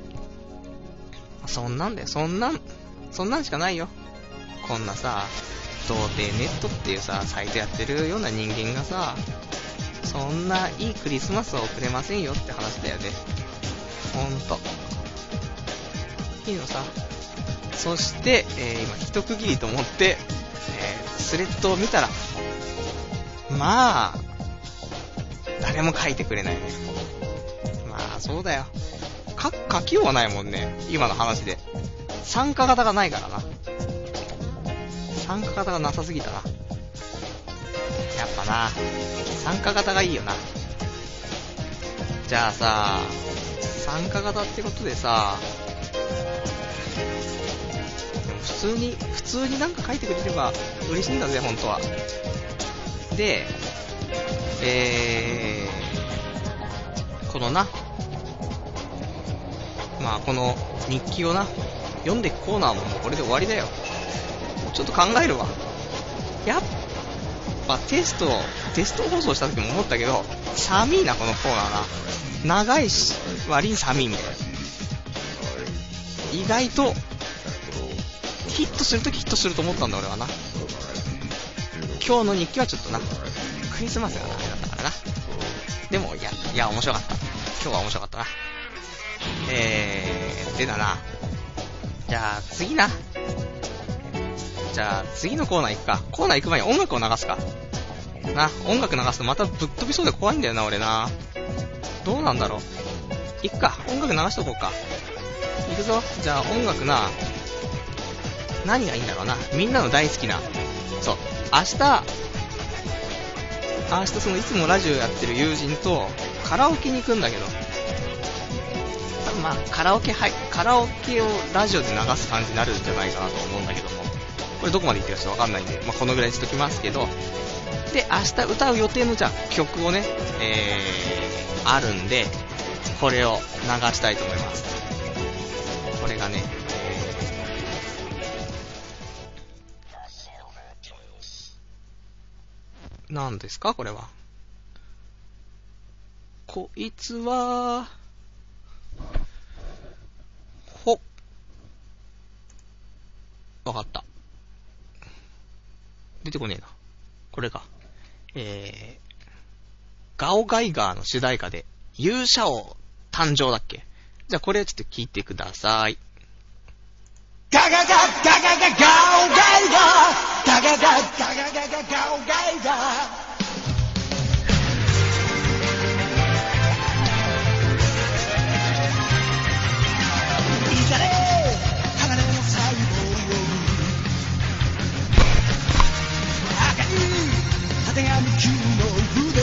そんなんだよ。そんなんしかないよ。こんなさ、童貞ネットっていうさ、サイトやってるような人間がさ、そんないいクリスマスは送れませんよって話だよね。ほんと。いいのさ。そして、今一区切りと思って、スレッドを見たら、まあ、誰も書いてくれないね。まあ、そうだよ。書きようがないもんね。今の話で。参加型がないからな。参加型がなさすぎたな。やっぱな、参加型がいいよな。じゃあさ、参加型ってことでさ、でも普通になんか書いてくれれば嬉しいんだぜ、本当は。で、このな、まあこの日記をな、読んでいくコーナーももうこれで終わりだよ。ちょっと考えるわ。やっぱテスト放送した時も思ったけど、寒いなこのコーナーな。長いし割に寒いみたいな。意外とヒットするときヒットすると思ったんだ俺はな。今日の日記はちょっとな、クリスマスがダメだったからな。でもいや面白かった。今日は面白かったな。でだな。じゃあ次な。じゃあ次のコーナー行くか。コーナー行く前に音楽を流すかな。音楽流すとまたぶっ飛びそうで怖いんだよな俺な。どうなんだろう。行くか。音楽流しとこうか。行くぞ。じゃあ音楽な、何がいいんだろうな。みんなの大好きな、そう、明日そのいつもラジオやってる友人とカラオケに行くんだけど、まあカラオケをラジオで流す感じになるんじゃないかなと思うんだけども、これどこまで言ってるかちょっとわかんないんで、まあこのぐらいにしときますけど、で明日歌う予定のじゃあ曲をね、あるんで、これを流したいと思います。これがね、何ですかこれは。こいつはわかった。出てこねえな。これか。ガオガイガーの主題歌で勇者王誕生だっけ。じゃあこれちょっと聞いてください。ガガガガガガガオガイガー、ガガガガガガガガオガイガー。手紙球の筆、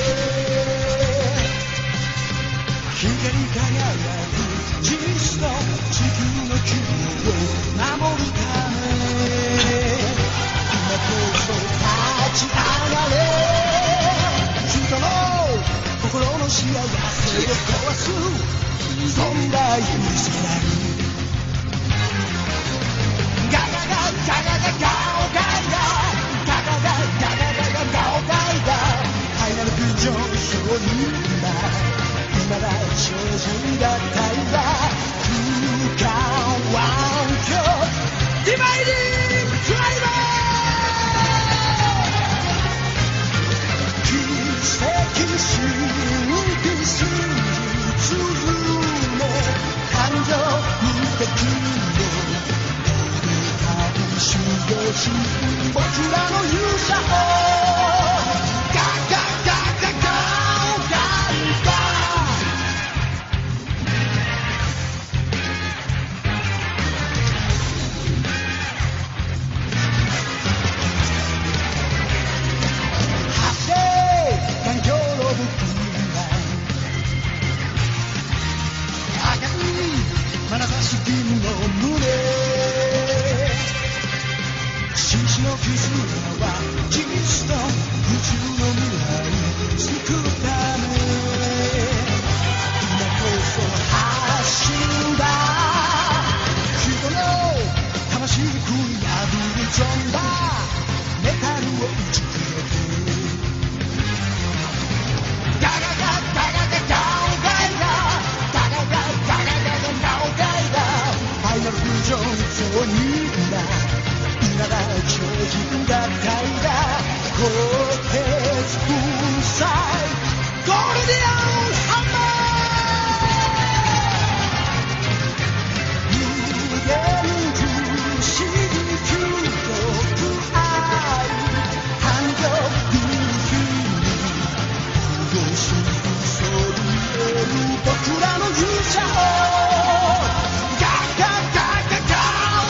光り輝く実の地球の希望を守るため、今こそ立ち上がれ。人の心の幸せを壊すそんな許せない。ガガガガガガガオガイガー、ガガガガガガガガオガイガー。 上昇に今だ超人がたいだ空間は今日ディバイディングクライマー奇跡神秘真実め感情無敵の修行し僕らの勇者をガガガガガガガ走れ環境の武器が赤い眼差し君の胸紳士の絆はキリスト宇宙の未来救うため今こそ発信だ人の魂食い破るゾンダメタルを打ち切れてガガガガガガガガガガガガガガガガガファイナルフュージョンゾーンに超人がたいだ鋼鉄粉砕ゴールディアンハンマー無限不思議究極愛誕生日に不死そびえる僕らの勇者をガガガガガ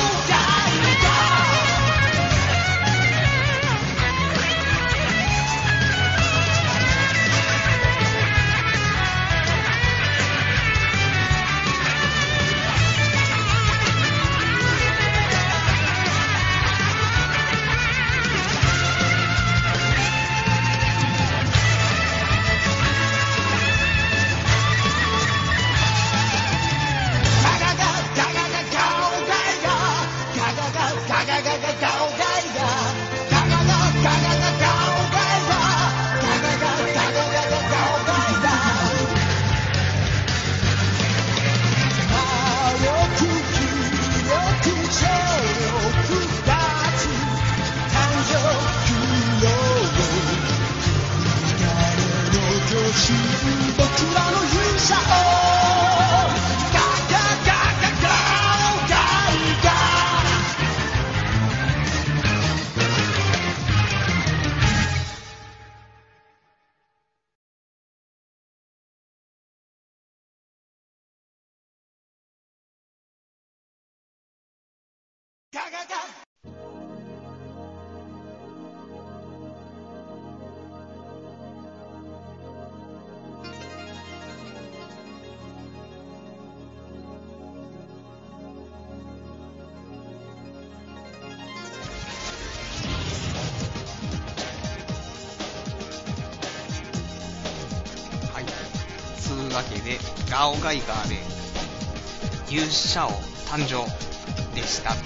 というわけでガオガイガーで勇者王誕生でした。明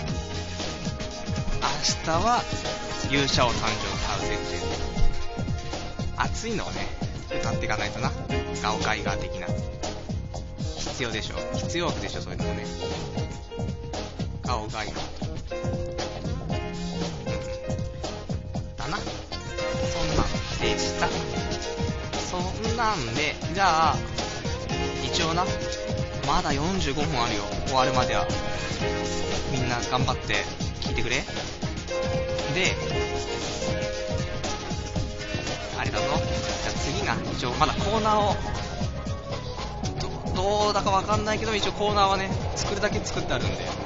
日は勇者王誕生買うぜっていう熱いのをね歌っていかないとな。ガオガイガー的な必要でしょ、必要悪でしょ、そういうのもね。ガオガイガーだな。そんなんでした。そんなんで、じゃあ一応な、まだ45分あるよ、終わるまでは。みんな頑張って聞いてくれ。で、あれだぞ、じゃあ次な、一応まだコーナーをどうだかわかんないけど、一応コーナーはね作るだけ作ってあるんで、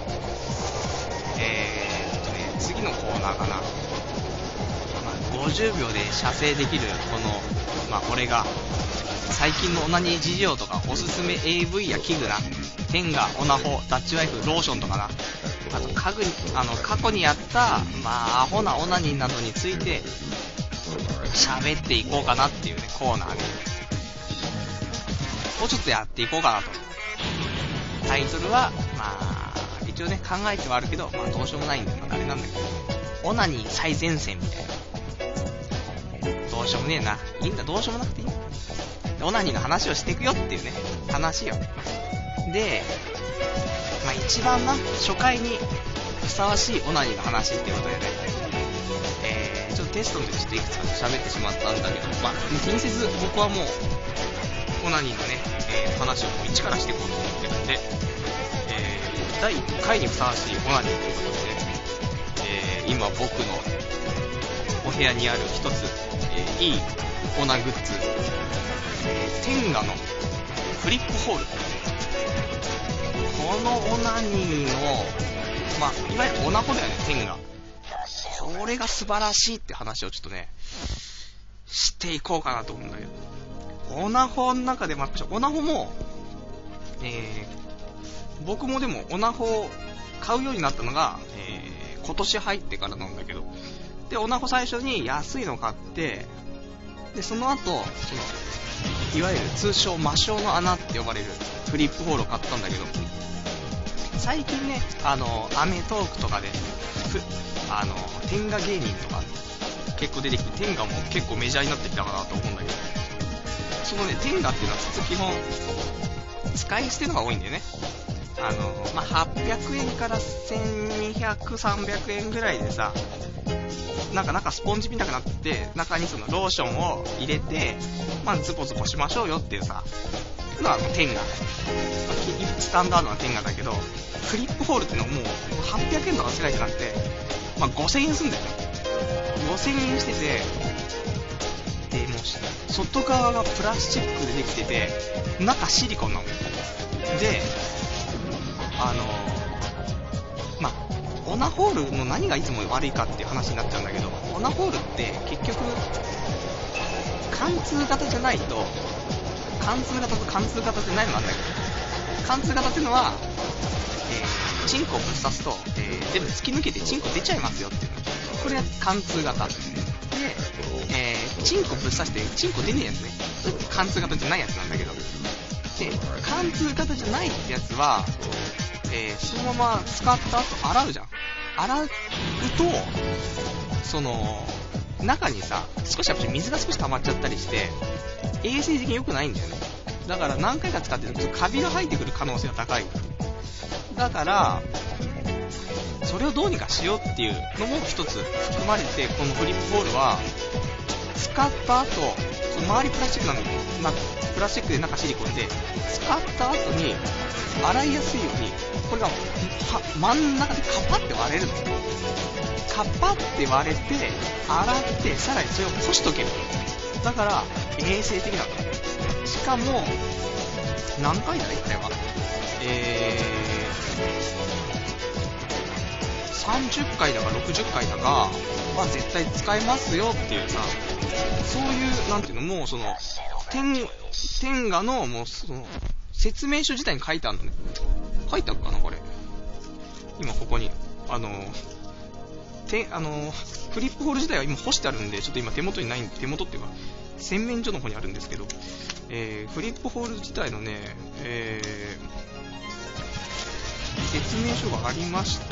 次のコーナーかな、50秒で射精できるこの、俺が最近のオナニー事情とかおすすめ AV や器具な、テンガ、オナホ、ダッチワイフ、ローションとかな、あと過去にやったアホなオナニーなどについて喋っていこうかなっていうねコーナーで、もうちょっとやっていこうかなと。タイトルは一応ね考えてはあるけど、どうしようもないんで、あれなんだけど、オナニー最前線みたいな。どどうしようもねえな。いいんだ、どうしようもなくていい。オナニーの話をしていくよっていうね、話よ。で、まあ一番な、初回にふさわしいオナニーの話っていうことでね、ちょっとテストの時ちょっといくつか喋ってしまったんだけど、まあ気にせず僕はもう、オナニーのね、話をもう一からしていこうと思ってるんで、第1回にふさわしいオナニーということでね、今僕のお部屋にある一つ、いいオナグッズ、テンガのフリップホール。このオナニーの、まあ、いわゆるオナホだよね、テンガ。これが素晴らしいって話をちょっとね、していこうかなと思うんだけど。オナホの中でも、オナホも、僕もでもオナホを買うようになったのが、今年入ってからなんだけど、で、オナホ最初に安いの買って、で、その後、いわゆる通称魔性の穴って呼ばれるフリップホールを買ったんだけど、最近ね、アメトークとかで、テンガ芸人とか結構出てきて、テンガも結構メジャーになってきたかなと思うんだけど、そのね、テンガっていうのは基本、使い捨てのが多いんだよね。まあ、800円から1200、300円ぐらいでさ、なんかスポンジみたくなって、中にそのローションを入れて、まあ、ズポズポしましょうよっていうさ、のはテンガ。スタンダードなテンガだけど、フリップホールっていうのはもう800円とか世界じゃなくて、まあ、5000円すんだよ。5000円してて、で、もう、外側がプラスチックでできてて、中シリコンなの。で、まあ、オナホールの何がいつも悪いかっていう話になっちゃうんだけど、オナホールって結局、貫通型じゃないと、貫通型と貫通型ってないのなんだけど、貫通型っていうのは、チンコをぶっ刺すと、全部突き抜けてチンコ出ちゃいますよっていうの。これが貫通型。で、チンコぶっ刺してチンコ出ねえやつね。貫通型じゃないやつなんだけど。で、貫通型じゃないってやつは、そのまま使った後洗うじゃん。洗うと、中にさ、少しやっぱり水が少し溜まっちゃったりして、衛生的に良くないんだよね。だから何回か使ってるとカビが生えてくる可能性が高い。だから、それをどうにかしようっていうのも一つ含まれて、このフリップホールは、使った後、周りプラスチックなんだけど、プラスチックで中シリコンで、使った後に洗いやすいように、これが真ん中でカパって割れるの。カパって割れて、洗って、さらにそれを干しとける。だから、衛生的なの。しかも、何回だいあれは。30回だか60回だかは絶対使えますよっていうさ、そういうなんていうの、もうテンガのもう説明書自体に書いてあるのね。書いてあるかなこれ。今ここにフリップホール自体は今干してあるんで、ちょっと今手元にないんで、手元っていうか洗面所の方にあるんですけど、フリップホール自体のね、説明書がありまして、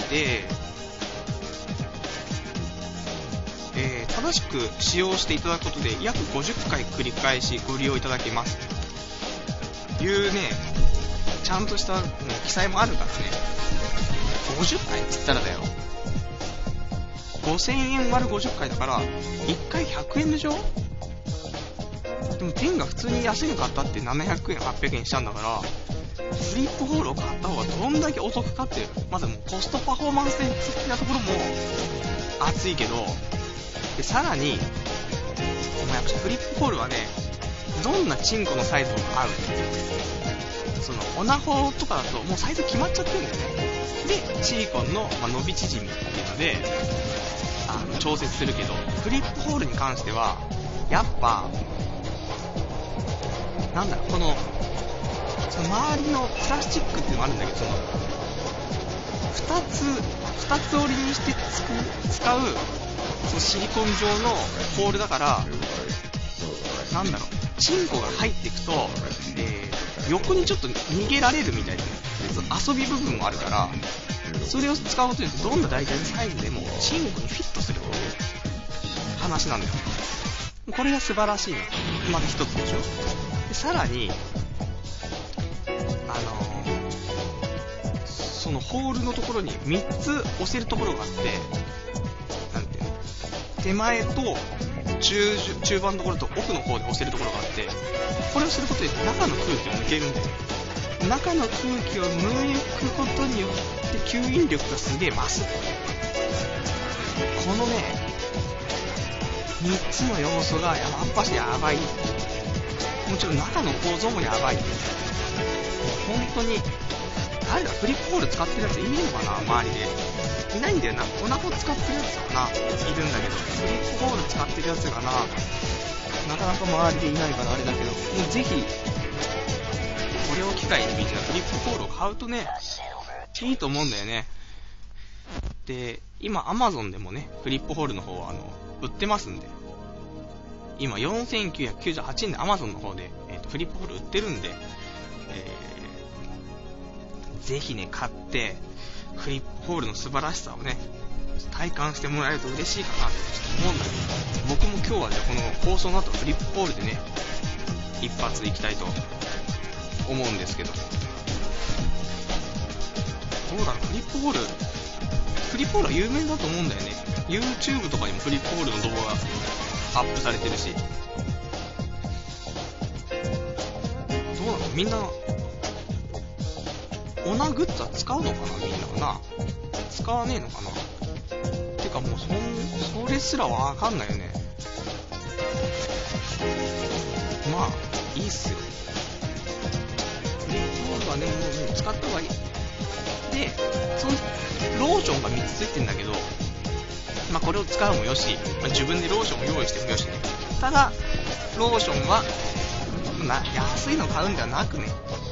正しく使用していただくことで約50回繰り返しご利用いただけますというね、ちゃんとした、記載もあるからね。50回っつったらだよ、5000円割る50回だから1回100円でしょ。でもテンが普通に安いの買ったって700円800円しちゃうんだから、フリップホールを買った方がどんだけお得かっていう、まずもうコストパフォーマンス的なところも熱いけど、でさらにやっぱフリップホールはね、どんなチンコのサイズも合う。そのオナホとかだともうサイズ決まっちゃってるんだよね。でシリコンの、伸び縮みっていうので調節するけど、フリップホールに関してはやっぱなんだろう、その周りのプラスチックっていうのもあるんだけど、2つ折りにして使うそのシリコン状のホールだから、なんだろう、チンコが入っていくと、横にちょっと逃げられるみたいな、ね、遊び部分もあるから、それを使うことによってどんな大体のサイズでもチンコにフィットする話なんだよ。 これが素晴らしいの。まず一つでしょ。でさらに、そのホールのところに3つ押せるところがあって、なんていうの、手前と中盤のところと奥の方で押せるところがあって、これをすることで中の空気を抜けるんだよ。中の空気を抜くことによって吸引力がすげえ増す。このね、3つの要素がやっぱしやばい。もちろん中の構造もやばい。本当に誰だ、フリップホール使ってるやついねえのかな、周りで。いないんだよな。お腹を使ってるやつかな、いるんだけど、フリップホール使ってるやつがなかなか周りでいないからあれだけど、もうぜひこれを機会にみんなフリップホールを買うとね、いいと思うんだよね。で、今 Amazon でもね、フリップホールの方は売ってますんで、今4998円で Amazon の方で、フリップホール売ってるんで、ぜひね、買ってフリップホールの素晴らしさをね、体感してもらえると嬉しいかなと思うんだけど、僕も今日はね、この放送の後フリップホールでね、一発行きたいと思うんですけど、どうだろう、フリップホールは有名だと思うんだよね。 YouTube とかにもフリップホールの動画がアップされてるし、どうなの、みんなオナグッズは使うのかな、みんなかな、使わねえのかな。てかもうそれすらわかんないよね。まあいいっすよ。フリップホールはね、もう使った方がいい。で、そのローションが3つついてんだけど、まあこれを使うもよし、まあ、自分でローションを用意してもよしね。ただローションは安いの買うんではなくね、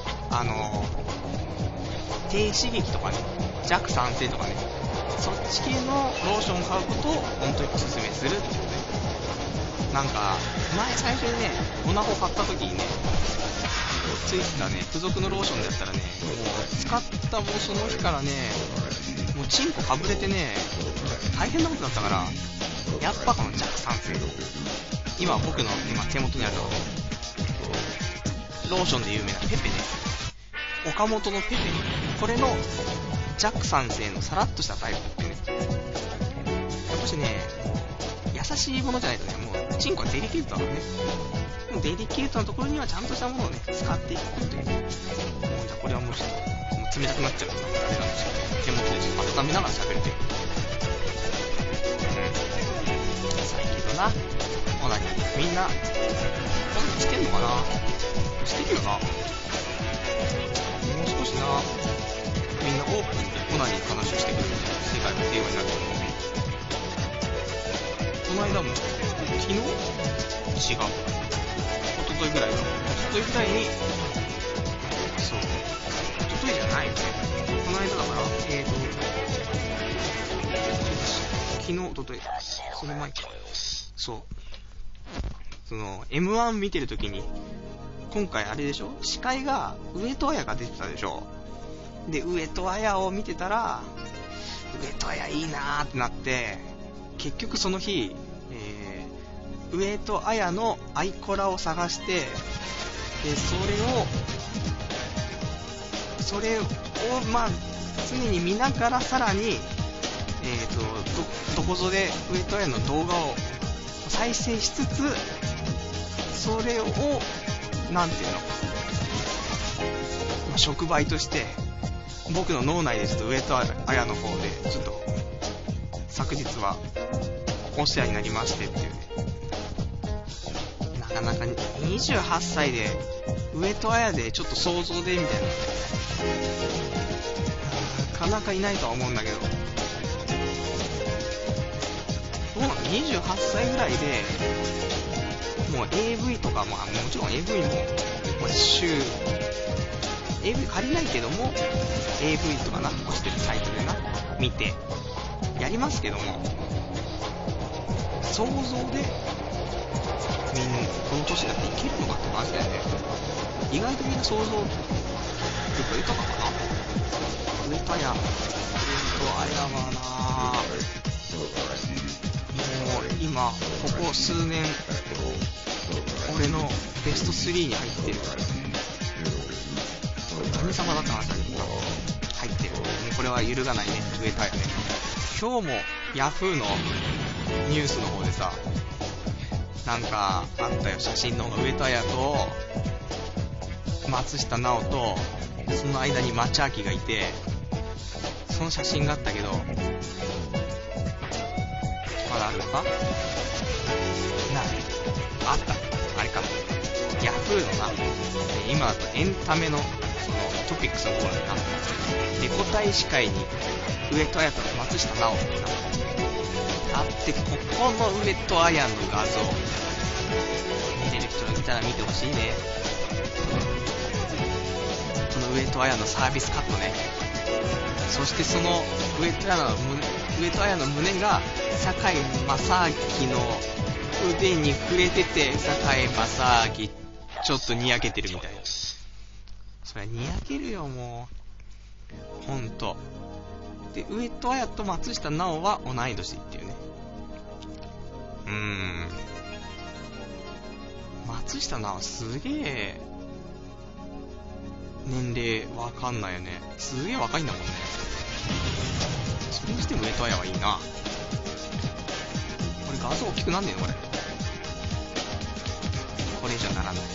低刺激とかね、弱酸性とかね、そっち系のローションを買うことを本当におすすめするってことで、なんか前最初にね、オナホ買った時にね、ついてたね、付属のローションだったらね、もう使ったもうその日からね、もうチンコかぶれてね、大変なことだったから、やっぱこの弱酸性、今僕の手元にあるのはね、ローションで有名なペペね、岡本のペペ、これの弱酸性のさらっとしたタイプってね、やっぱしね、優しいものじゃないとね、もうチンコはデリケートだからね、もうデリケートなところにはちゃんとしたものをね、使っていくという、もうじゃあこれはもう冷たくなっちゃうからあれなんですけど、手元でちょっと温めながら喋るという、最近だな、オナニーみんなオナニーしてんのかな、してるよな、もう少しな、みんなオープンでオナニーの話をしてくる世界が平和になると思う。この間も昨日違う、一昨日ぐらいに、そう、一昨日じゃないよね、この間だから、昨日、一昨日、その前か、そう、その M1 見てるときに、今回あれでしょ、司会が上戸彩が出てたでしょ。で、上戸彩を見てたら、上戸彩いいなーってなって、結局その日、上戸彩のアイコラを探して、でそれをまあ常に見ながら、さらにどこぞで上戸彩の動画を再生しつつ、それをなんていうの、触媒として僕の脳内でちょっと上戸彩の方でちょっと昨日はお世話になりましてっていうね、なかなか28歳で上戸彩でちょっと想像でみたいな、なかなかいないとは思うんだけど、どうなの、28歳ぐらいでもう AV とかも、もちろん AV も、AV 借りないけども AV とかな、押してるサイトでな見てやりますけども、想像でみんなこの年だっていけるのかって話だよね。意外とみんな想像力が豊かかな。上戸彩はな、もう今ここ数年俺のベスト3に入ってる。神様だった話だけど入ってる。これは揺るがないね、上戸彩ね。今日もヤフーのニュースの方でさ、なんかあったよ、写真の方が上戸彩と松下奈緒と、その間に町明がいて、その写真があったけど、まだあるのかな。あった、あれかな、ヤフーのな、今だとエンタメのそのトピックスの方だよな。レコ大司会に上戸彩と松下奈緒ってなあって、ここの上戸彩の画像見てる人いたら見てほしいね。この上戸彩のサービスカットね。そしてその上戸彩の胸が堺正明の腕に触れてて、堺正明ちょっとにやけてるみたいな。そりゃにやけるよ、もうほんと。で、上戸彩と松下奈緒は同い年っていうね。松下奈緒すげえ年齢わかんないよね。すげえ若いんだもんね。それにしても上戸彩はいいな。これ画像大きくなんねえのこれ。これ以上ならない。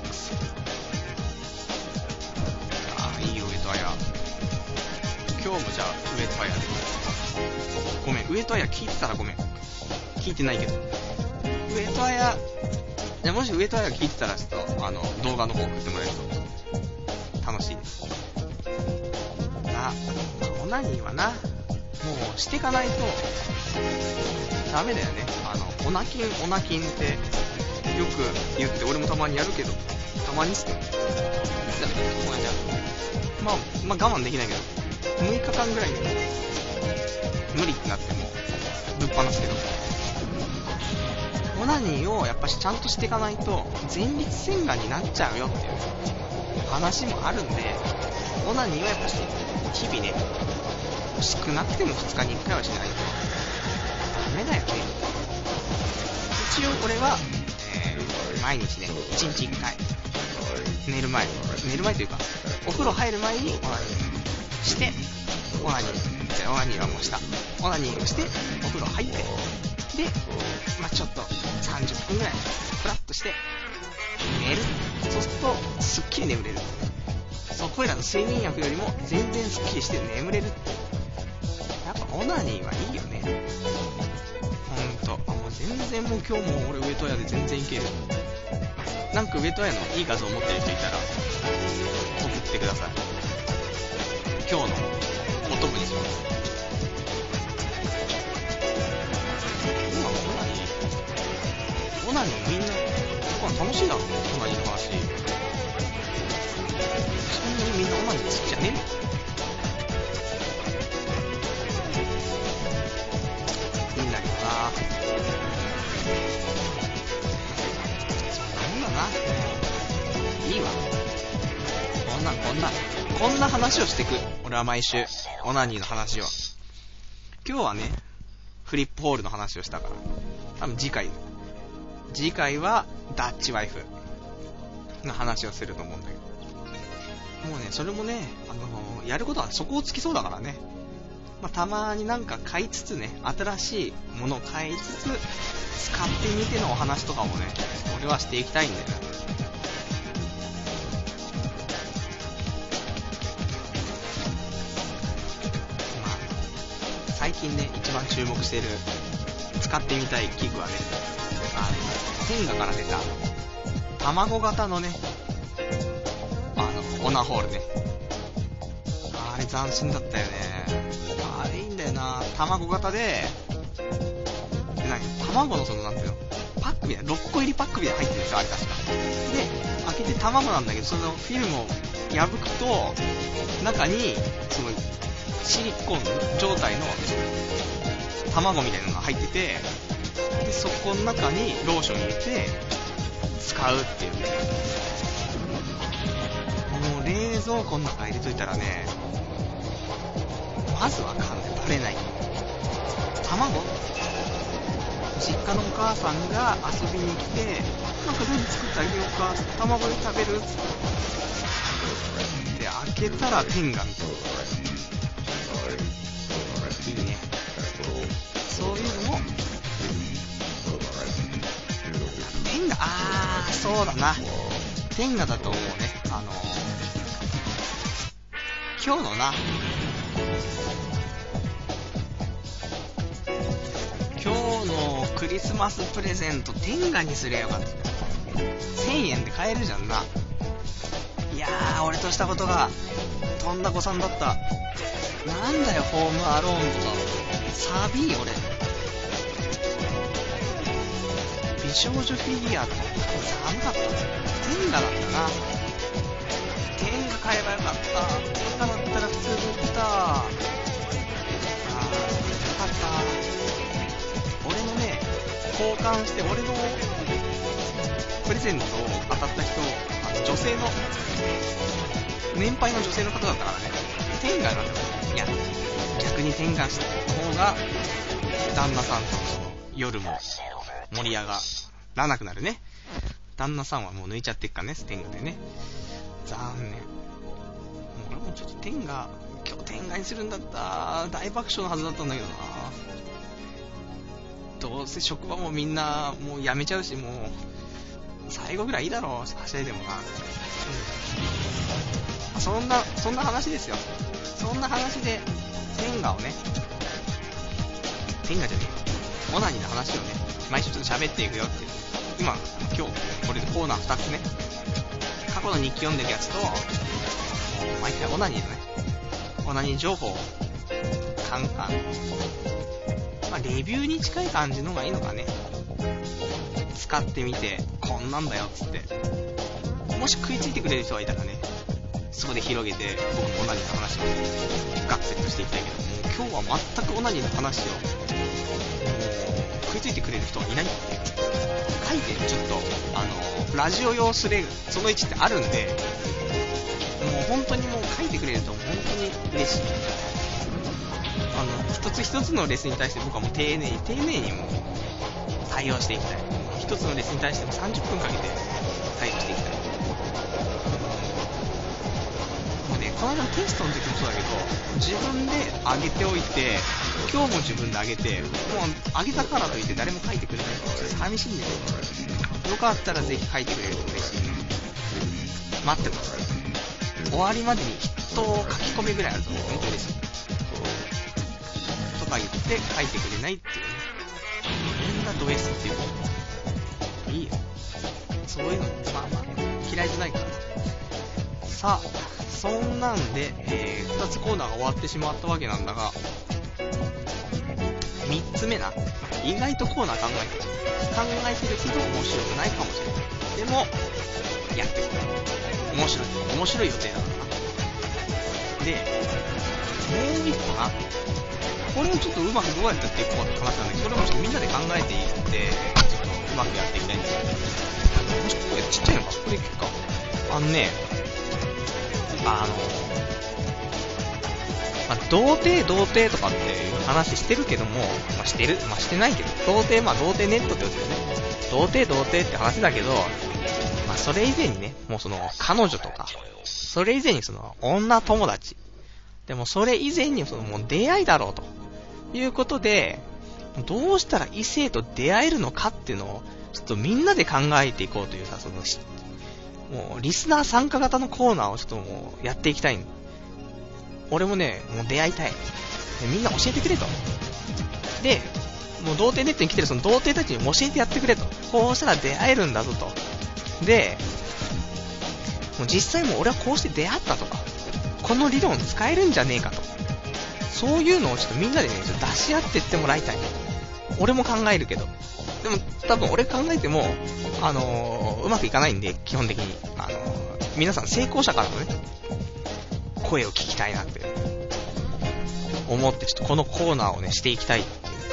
いいよ上戸彩。今日もじゃあ上戸彩で。ごめん、上戸彩聞いてたらごめん。聞いてないけど。上戸彩、じゃあもし上戸彩が聞いてたらちょっと動画の方送ってもらえると楽しいです。オナニーはな、もうしていかないとダメだよね。オナキンってよく言って俺もたまにやるけど、たまにっすね。いつだっけ、この間まあ我慢できないけど6日間ぐらいで無理ってなってもぶっ放すけど、オナニーをやっぱしちゃんとしていかないと前立腺がんになっちゃうよっていう話もあるんで、オナニーはやっぱし日々ね、少なくても2日に1回はしないとダメだよね。一応俺は、毎日ね、1日1回寝る前というかお風呂入る前にオナニーしてオナニーはもうしたオナニーをしてお風呂入って、でちょっと30分ぐらいフラッとして寝る。そうするとすっきり眠れる。そこいらの睡眠薬よりも全然すっきりして眠れる。やっぱオナニーはいいよね。ほんと、もう全然もう今日も俺上戸彩で全然いける。なんか上戸彩のいい画像持ってる人いたら送ってください。今日のお供にします。オナニーみんな楽しいだろ、オナニーの話。そんなにみんなオナニー好きじゃねえの？いいんだけどな。そんなもんだな。いいわ。こんな話をしてく。俺は毎週オナニーの話を。今日はね、フリップホールの話をしたから、多分次回はダッチワイフの話をすると思うんだけど、もうね、それもね、やることはそこをつきそうだからね。たまになんか買いつつね、新しいものを買いつつ使ってみてのお話とかもね、俺はしていきたいんだよね。最近ね、一番注目してる使ってみたい器具はね、天下から出た卵型のね、オナホールね。あれ斬新だったよね。あれいいんだよな。卵型で、卵のそのなんていうの、パックみたいな、6個入りパックみたいな入ってるんですよ、あれ確か。で、開けて卵なんだけど、そのフィルムを破くと、中にそのシリコン状態の卵みたいなのが入ってて、でそこの中にローション入れて使うっていうね。もう冷蔵庫の中入れといたらね、まずは簡単バレない。卵実家のお母さんが遊びに来て、なんか全部作ってあげようか、卵で食べるで開けたら天下みたいな。いいね。そういうのも天下、そうだな、天下だと思うね。今日のな、今日のクリスマスプレゼント天下にすりゃよかった。1000円で買えるじゃんな。いやー、俺としたことがとんだ誤算だった。なんだよホームアローンとかサビー。俺美少女フィギュアとか寒かった。天下だったな。天下買えばよかった。天下だったら普通に売った。よかった。俺のね、交換して俺のプレゼントを当たった人、女性の年配の女性の方だったからね、天下なんだよ。いや、逆に天下した方が旦那さんとその夜も盛り上がらなくなるね。旦那さんはもう抜いちゃってっからね、天下でね。残念。もう俺もちょっと天下、今日天下にするんだった。大爆笑のはずだったんだけどな。どうせ職場もみんなもう辞めちゃうし、もう最後ぐらいいいだろう、はしゃいでもな。そんな話ですよ。そんな話で天下をね、天下じゃねえよ、オナニーの話をね、毎週ちょっと喋っていくよっていう。今日これでコーナー2つね、過去の日記読んでるやつと、毎回オナニーのね、オナニー情報をカンカン、まあレビューに近い感じのがいいのかね。使ってみてこんなんだよっつって、もし食いついてくれる人がいたらね、そこで広げて僕もオナニーの話をね、ガッセットしていきたいけど、もう今日は全くオナニーの話を食いついてくれる人はいないって書いて、ちょっとラジオ用スレその1ってあるんで、もう本当にもう書いてくれると本当に嬉しい。一つ一つのレスに対して僕はもう丁寧にもう対応していきたい。一つのレスに対しても30分かけて対応していきたい。もうね、この間のテストの時もそうだけど、自分で上げておいて、今日も自分で上げて、もう上げたからといって誰も書いてくれないからそれ寂しいんだよ。よかったらぜひ書いてくれると嬉しい。待ってます。終わりまでに1書き込みぐらいあると思う。本当嬉しい。とか言って書いてくれないっていうね。みんなド S っていう。いいよ。そういうのまあ嫌いじゃないから。さあ、そんなんで、2つコーナーが終わってしまったわけなんだが、3つ目な。意外とコーナー考えてるけど面白くないかもしれない。でもやってる。面白い予定だからな。で、もう1個な。これをちょっとうまくどうやってやっていこうって話なんだけど、それもちょっとみんなで考えていって、ちょっとうまくやっていきたいんですけど、もしこれちっちゃいのか、これいくか。童貞とかっていう話してるけども、してないけど、童貞ネットってことだよね。童貞って話だけど、それ以前にね、もうその彼女とか、それ以前にその女友達、でもそれ以前にそのもう出会いだろうということで、どうしたら異性と出会えるのかっていうのをちょっとみんなで考えていこうというさ、そのもうリスナー参加型のコーナーをちょっともうやっていきたい。俺もね、もう出会いたい。みんな教えてくれと。で、もう童貞ネットに来てるその童貞たちにも教えてやってくれと。こうしたら出会えるんだぞと。で、もう実際もう俺はこうして出会ったとか、この理論使えるんじゃねえかと。そういうのをちょっとみんなでね、ちょっと出し合っていってもらいたい。俺も考えるけど。でも多分俺考えても、うまくいかないんで、基本的に。皆さん成功者からのね、声を聞きたいなって思って、ちょっとこのコーナーをね、していきたい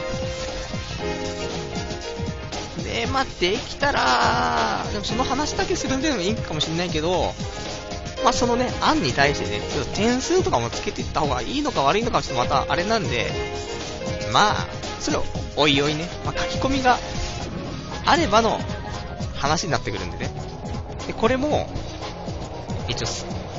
っていう。で、できたら、でもその話だけするんでもいいかもしれないけど、そのね、案に対してね、ちょっと点数とかもつけていった方がいいのか悪いのかちょっとまたあれなんで、 まあそれをおいおいね、まあ、書き込みがあればの話になってくるんでね。でこれも一応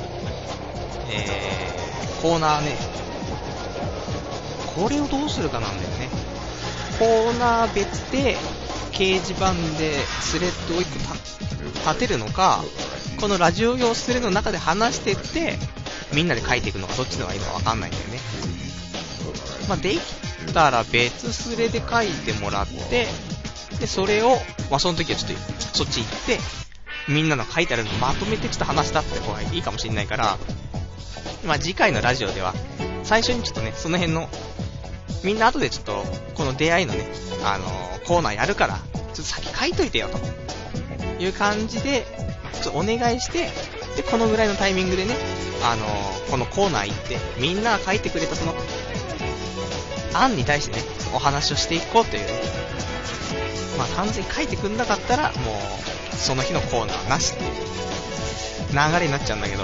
コーナーね、これをどうするかなんだよね。コーナー別で掲示板でスレッドを1個立てるのか、このラジオ用スレの中で話してってみんなで書いていくのか、どっちのがいいのか分かんないんだよね。まあ、できたら別スレで書いてもらって、でそれを、まあ、その時はちょっとそっち行ってみんなの書いてあるのをまとめてちょっと話したって方がいいかもしれないから、まあ、次回のラジオでは最初にちょっとね、その辺のみんな後でちょっとこの出会いのね、コーナーやるからちょっと先書いといてよという感じでちょっとお願いして、でこのぐらいのタイミングでね、このコーナー行ってみんなが書いてくれたその案に対してね、お話をしていこうという、まあ完全に書いてくんなかったらもうその日のコーナーなしっていう流れになっちゃうんだけど、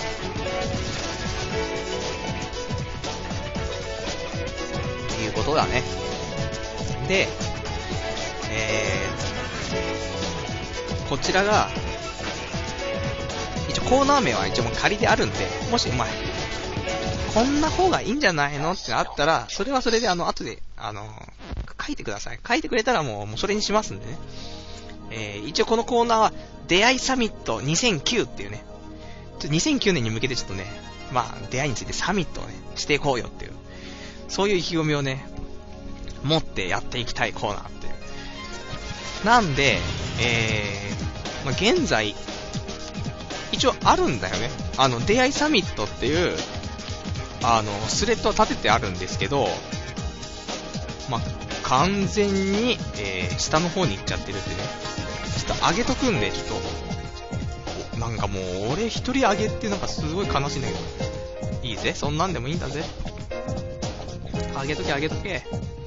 っていうことだね。で、こちらが一応コーナー名は一応もう仮であるんで、もしこんな方がいいんじゃないのってあったら、それはそれで後で書いてください。書いてくれたらもうそれにしますんでね。一応このコーナーは出会いサミット2009っていうね、2009年に向けてちょっとね、まあ出会いについてサミットをねしていこうよっていう、そういう意気込みをね持ってやっていきたいコーナーっていう。なんで、まあ、現在一応あるんだよね。出会いサミットっていうスレッドは立ててあるんですけど、まあ、完全に、下の方に行っちゃってるってね。ちょっと上げとくんで、ちょっとなんかもう俺一人上げってなんかすごい悲しいんだけど、いいぜ、そんなんでもいいんだぜ。上げとけ上げとけ。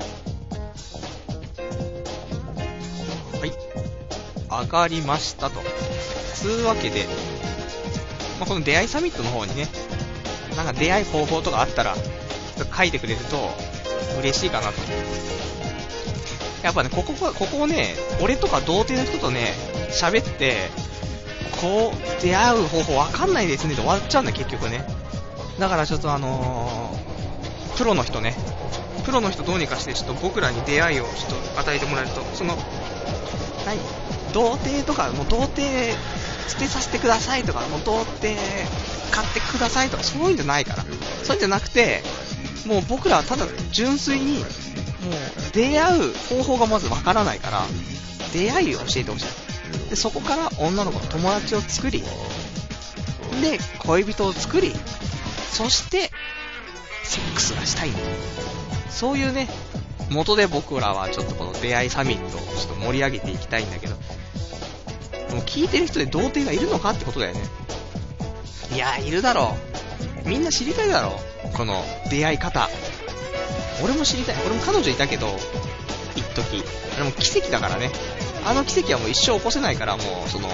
はい、上がりましたと。つうわけで、まあ、この出会いサミットの方にね、なんか出会い方法とかあったら書いてくれると嬉しいかなと。やっぱね、ここをね、俺とか童貞の人とね喋ってこう出会う方法わかんないですねって終わっちゃうんだ結局ね。だからちょっとプロの人どうにかしてちょっと僕らに出会いをちょっと与えてもらえると、その童貞とかもう童貞捨てさせてくださいとか、もう童貞買ってくださいとかそういうんじゃないから、そういうんじゃなくて、もう僕らはただ純粋にもう出会う方法がまずわからないから出会いを教えてほしい。でそこから女の子の友達を作り、で恋人を作り、そしてセックスがしたいんだ。そういうね元で僕らはちょっとこの出会いサミットをちょっと盛り上げていきたいんだけど、もう聞いてる人で童貞がいるのかってことだよね。いやいるだろう、みんな知りたいだろう、この出会い方。俺も知りたい。俺も彼女いたけど一時、あれも奇跡だからね。あの奇跡はもう一生起こせないから、もうその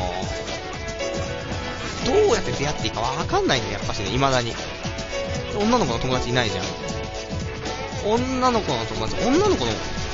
どうやって出会っていいか分かんないね、やっぱしね、未だに。女の子の友達いないじゃん。女の子の友達、女の子のも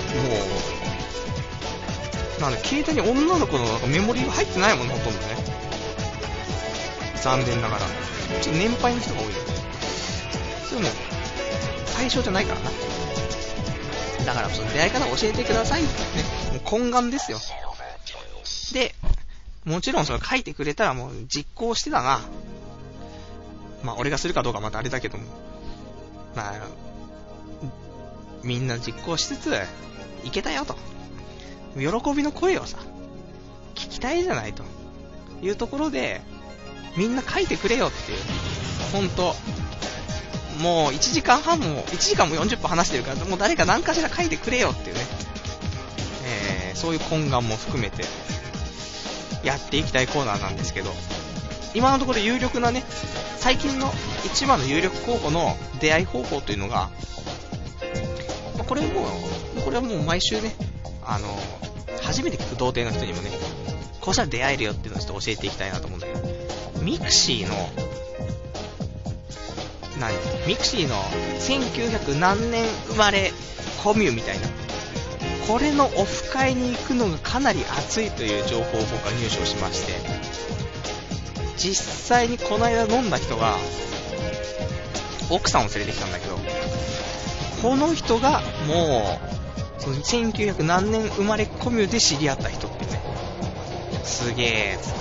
うなんで携帯に女の子のメモリーが入ってないもんね、ほとんどね。残念ながらちょっと年配の人が多いよ。それも対象じゃないからな。だからその出会い方を教えてくださいってね、もう懇願ですよ。でもちろんそれ書いてくれたらもう実行してたな。まあ俺がするかどうかまたあれだけども、まあみんな実行しつついけたよと喜びの声をさ聞きたいじゃないというところで、みんな書いてくれよっていう。ほんともう1時間半も1時間も40分話してるから、もう誰か何かしら書いてくれよっていうね、そういう懇願も含めてやっていきたいコーナーなんですけど、今のところ有力なね、最近の一番の有力候補の出会い方法というのが、これはもう毎週ね、初めて聞く童貞の人にもね、こうしたら出会えるよっていうのをちょっと教えていきたいなと思うんだけど、ミクシーの1900何年生まれコミュみたいな、これのオフ会に行くのがかなり熱いという情報を僕は入手しまして、実際にこの間飲んだ人が奥さんを連れてきたんだけど、この人がもうその1900何年生まれコミュで知り合った人ってね、すげーっつって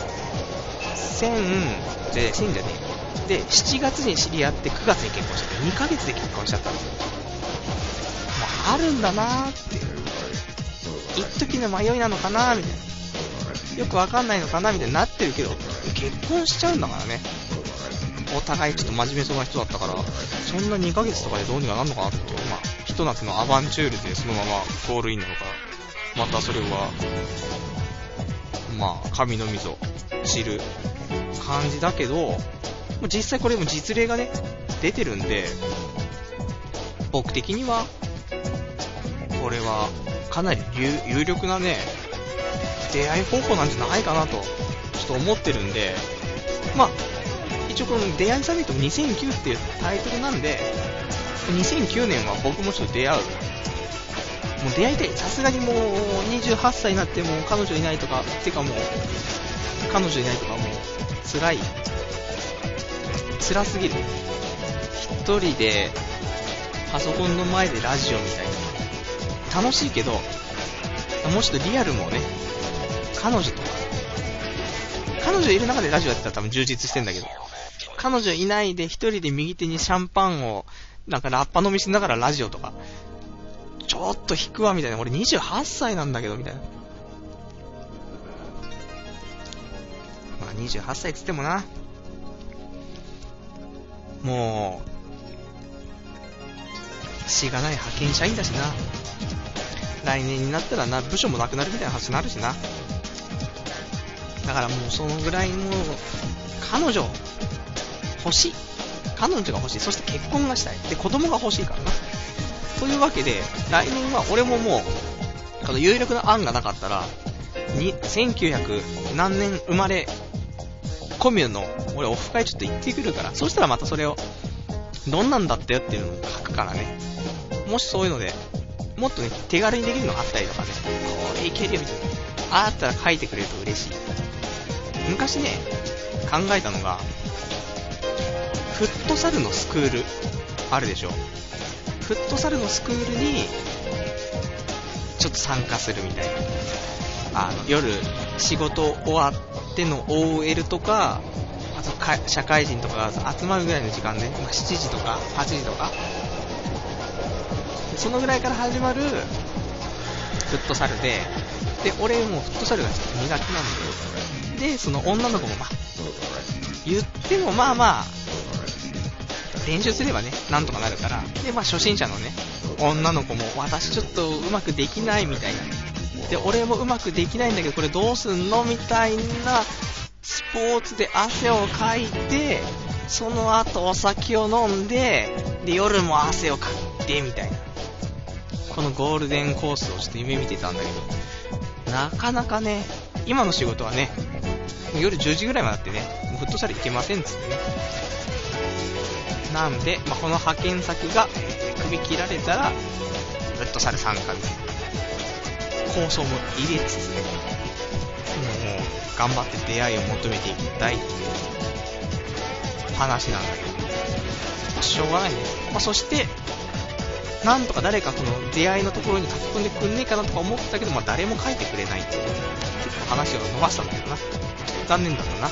、1000じゃねえで、7月に知り合って9月に結婚して2ヶ月で結婚しちゃったの。もうあるんだなーっていう、一時の迷いなのかなーみたいな、よくわかんないのかなみたいになってるけど、結婚しちゃうんだからね。お互いちょっと真面目そうな人だったから、そんな2ヶ月とかでどうにかなるのかなっていう、まあひと夏のアバンチュールでそのままゴールインなのか、またそれはまあ神のみぞ知る感じだけど、実際これも実例がね出てるんで、僕的にはこれはかなり有力なね出会い方法なんじゃないかなとちょっと思ってるんで、まあ一応この出会いサミットも2009っていうタイトルなんで、2009年は僕もちょっと出会う、もう出会いたい、さすがにもう28歳になってもう彼女いないとか、てかもう彼女いないとかもう辛すぎる。一人でパソコンの前でラジオみたいな楽しいけど、もうちょっとリアルもね、彼女いる中でラジオやってたら多分充実してんだけど、彼女いないで一人で右手にシャンパンをなんかラッパ飲みしながらラジオとかちょっと引くわみたいな。俺28歳なんだけどみたいな。まあ28歳っつってもな、もうしがない派遣社員だしな、来年になったらな部署もなくなるみたいな話になるしな。だからもうそのぐらいもう彼女欲しい、彼女が欲しい、そして結婚がしたいで子供が欲しいからな。というわけで来年は俺ももうこの有力な案がなかったら1900何年生まれコミュの俺オフ会ちょっと行ってくるから、そしたらまたそれをどんなんだったよっていうのを書くからね。もしそういうのでもっとね手軽にできるのがあったりとかね、これいけるよみたいなあったら書いてくれると嬉しい。昔ね考えたのが、フットサルのスクールあるでしょ。フットサルのスクールにちょっと参加するみたいな。夜仕事終わっての OL とか、あと社会人とかが集まるぐらいの時間で、7時とか8時とかそのぐらいから始まるフットサルで、俺もフットサルがちょっと苦手なんで、その女の子も言ってもまあ練習すればねなんとかなるから、で初心者のね女の子も私ちょっとうまくできないみたいな、で俺もうまくできないんだけどこれどうすんのみたいな、スポーツで汗をかいてその後お酒を飲んで夜も汗をかいてみたいな、このゴールデンコースをちょっと夢見てたんだけど、なかなかね今の仕事はね夜10時ぐらいまであってね、もうフットサル行けませんっつってね。なんで、この派遣先が首切られたらフットサル参加で構想も入れつつね、もう頑張って出会いを求めていきたいっていう話なんだけど、しょうがないね。そしてなんとか誰かその出会いのところに書き込んでくんねえかなとか思ったけど、誰も書いてくれないっていう、結構話を伸ばしたんだけどな、残念だったな。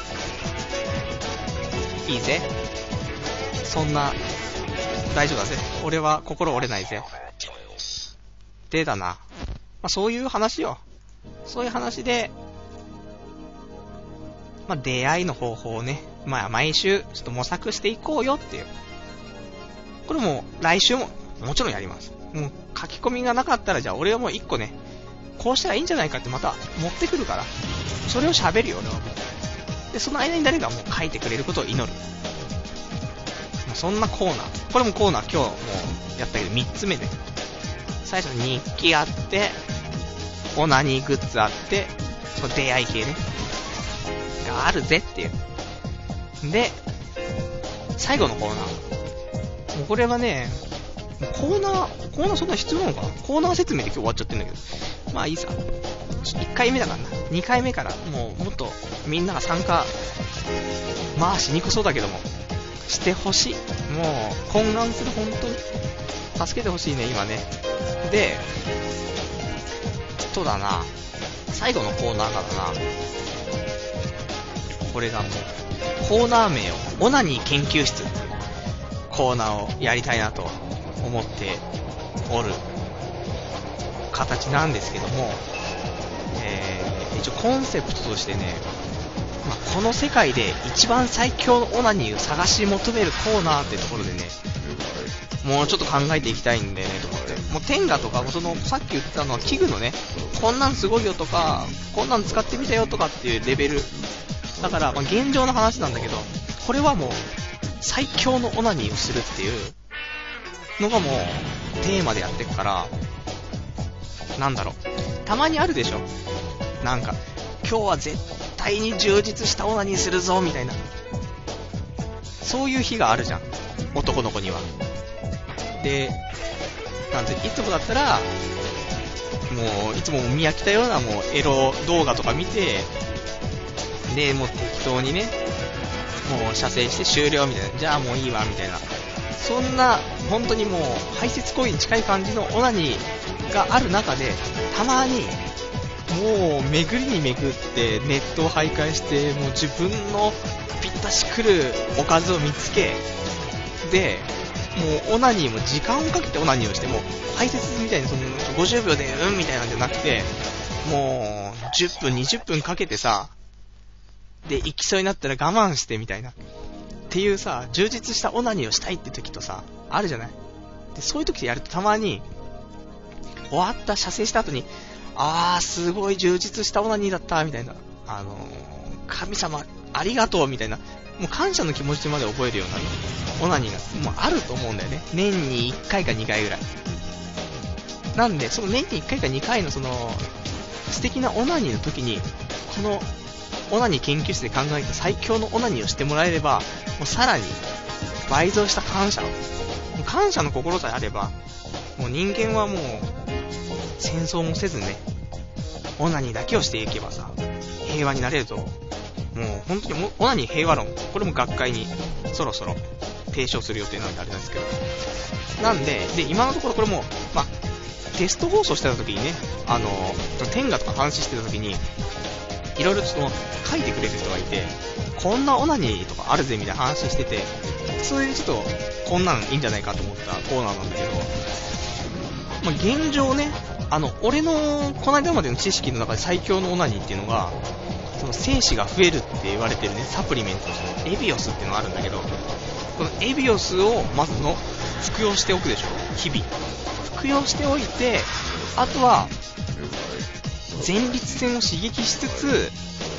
いいぜ、そんな大丈夫だぜ、俺は心折れないぜ。でだな、そういう話よ。そういう話で、出会いの方法をね、毎週ちょっと模索していこうよっていう。これも来週ももちろんやります。もう書き込みがなかったら、じゃあ俺はもう一個ねこうしたらいいんじゃないかってまた持ってくるから、それを喋るよ俺はもう。でその間に誰がもう書いてくれることを祈る。そんなコーナー、これもコーナー今日もやったけど3つ目で、最初に日記あって、オナニーグッズあって、その出会い系ねがあるぜっていう。で最後のコーナー、もうこれはねコーナーそんな必要なのかな。コーナー説明で今日終わっちゃってるんだけど、まあいいさ。1回目だからな。2回目からもっとみんなが参加、まあしにくそうだけどもしてほしい。もう懇願する、本当に助けてほしいね今ね。で、そうだな、最後のコーナーからな、これがもうコーナー名をオナニー研究室っていうコーナーをやりたいなと思っておる形なんですけども、一応コンセプトとしてね、この世界で一番最強のオナニーを探し求めるコーナーってところでね、もうちょっと考えていきたいんでねと思って、もうテンガとかもさっき言ってたのは器具のね、こんなんすごいよとか、こんなん使ってみたよとかっていうレベルだから、現状の話なんだけど、これはもう最強のオナニーをするっていうのがもうテーマでやってくから、なんだろう、たまにあるでしょ、なんか今日は絶対に充実したオナニーするぞみたいな、そういう日があるじゃん、男の子には。で、なんていつもだったらもういつも見飽きたようなもうエロ動画とか見て、でもう適当にね、もう射精して終了みたいな、じゃあもういいわみたいな、そんな本当にもう排泄行為に近い感じのオナニーがある中で、たまにもう巡りに巡ってネットを徘徊して、もう自分のぴったしくるおかずを見つけで、もうオナニーも時間をかけてオナニーをして、も排泄みたいにその50秒でみたいなんじゃなくて、もう10分20分かけてさ、で行きそうになったら我慢してみたいなっていうさ、充実したオナニーをしたいって時とさあるじゃない。でそういう時やるとたまに終わった射精した後に、すごい充実したオナニーだったみたいな、神様ありがとうみたいな、もう感謝の気持ちまで覚えるようなオナニーがもうあると思うんだよね、年に1回か2回ぐらいなんで、その年に1回か2回のその素敵なオナニーの時に、このオナニー研究室で考えた最強のオナニーをしてもらえれば、もうさらに倍増した感謝の心さえあれば、もう人間はもう戦争もせずね、オナニーだけをしていけばさ、平和になれると。もう本当にオナニー平和論、これも学会にそろそろ提唱する予定なんであれなんですけど、なんで今のところこれもテスト放送してた時にね、天下とか話してた時にいろいろちょっと書いてくれる人がいて、こんなオナニーとかあるぜみたいな話してて、それでちょっとこんなんいいんじゃないかと思ったコーナーなんだけど、現状ね、俺のこの間までの知識の中で最強のオナニーっていうのが、その精子が増えるって言われてるね、サプリメント、エビオスっていうのがあるんだけど、このエビオスをまず服用しておくでしょ、日々服用しておいて、あとは前立腺を刺激しつつ、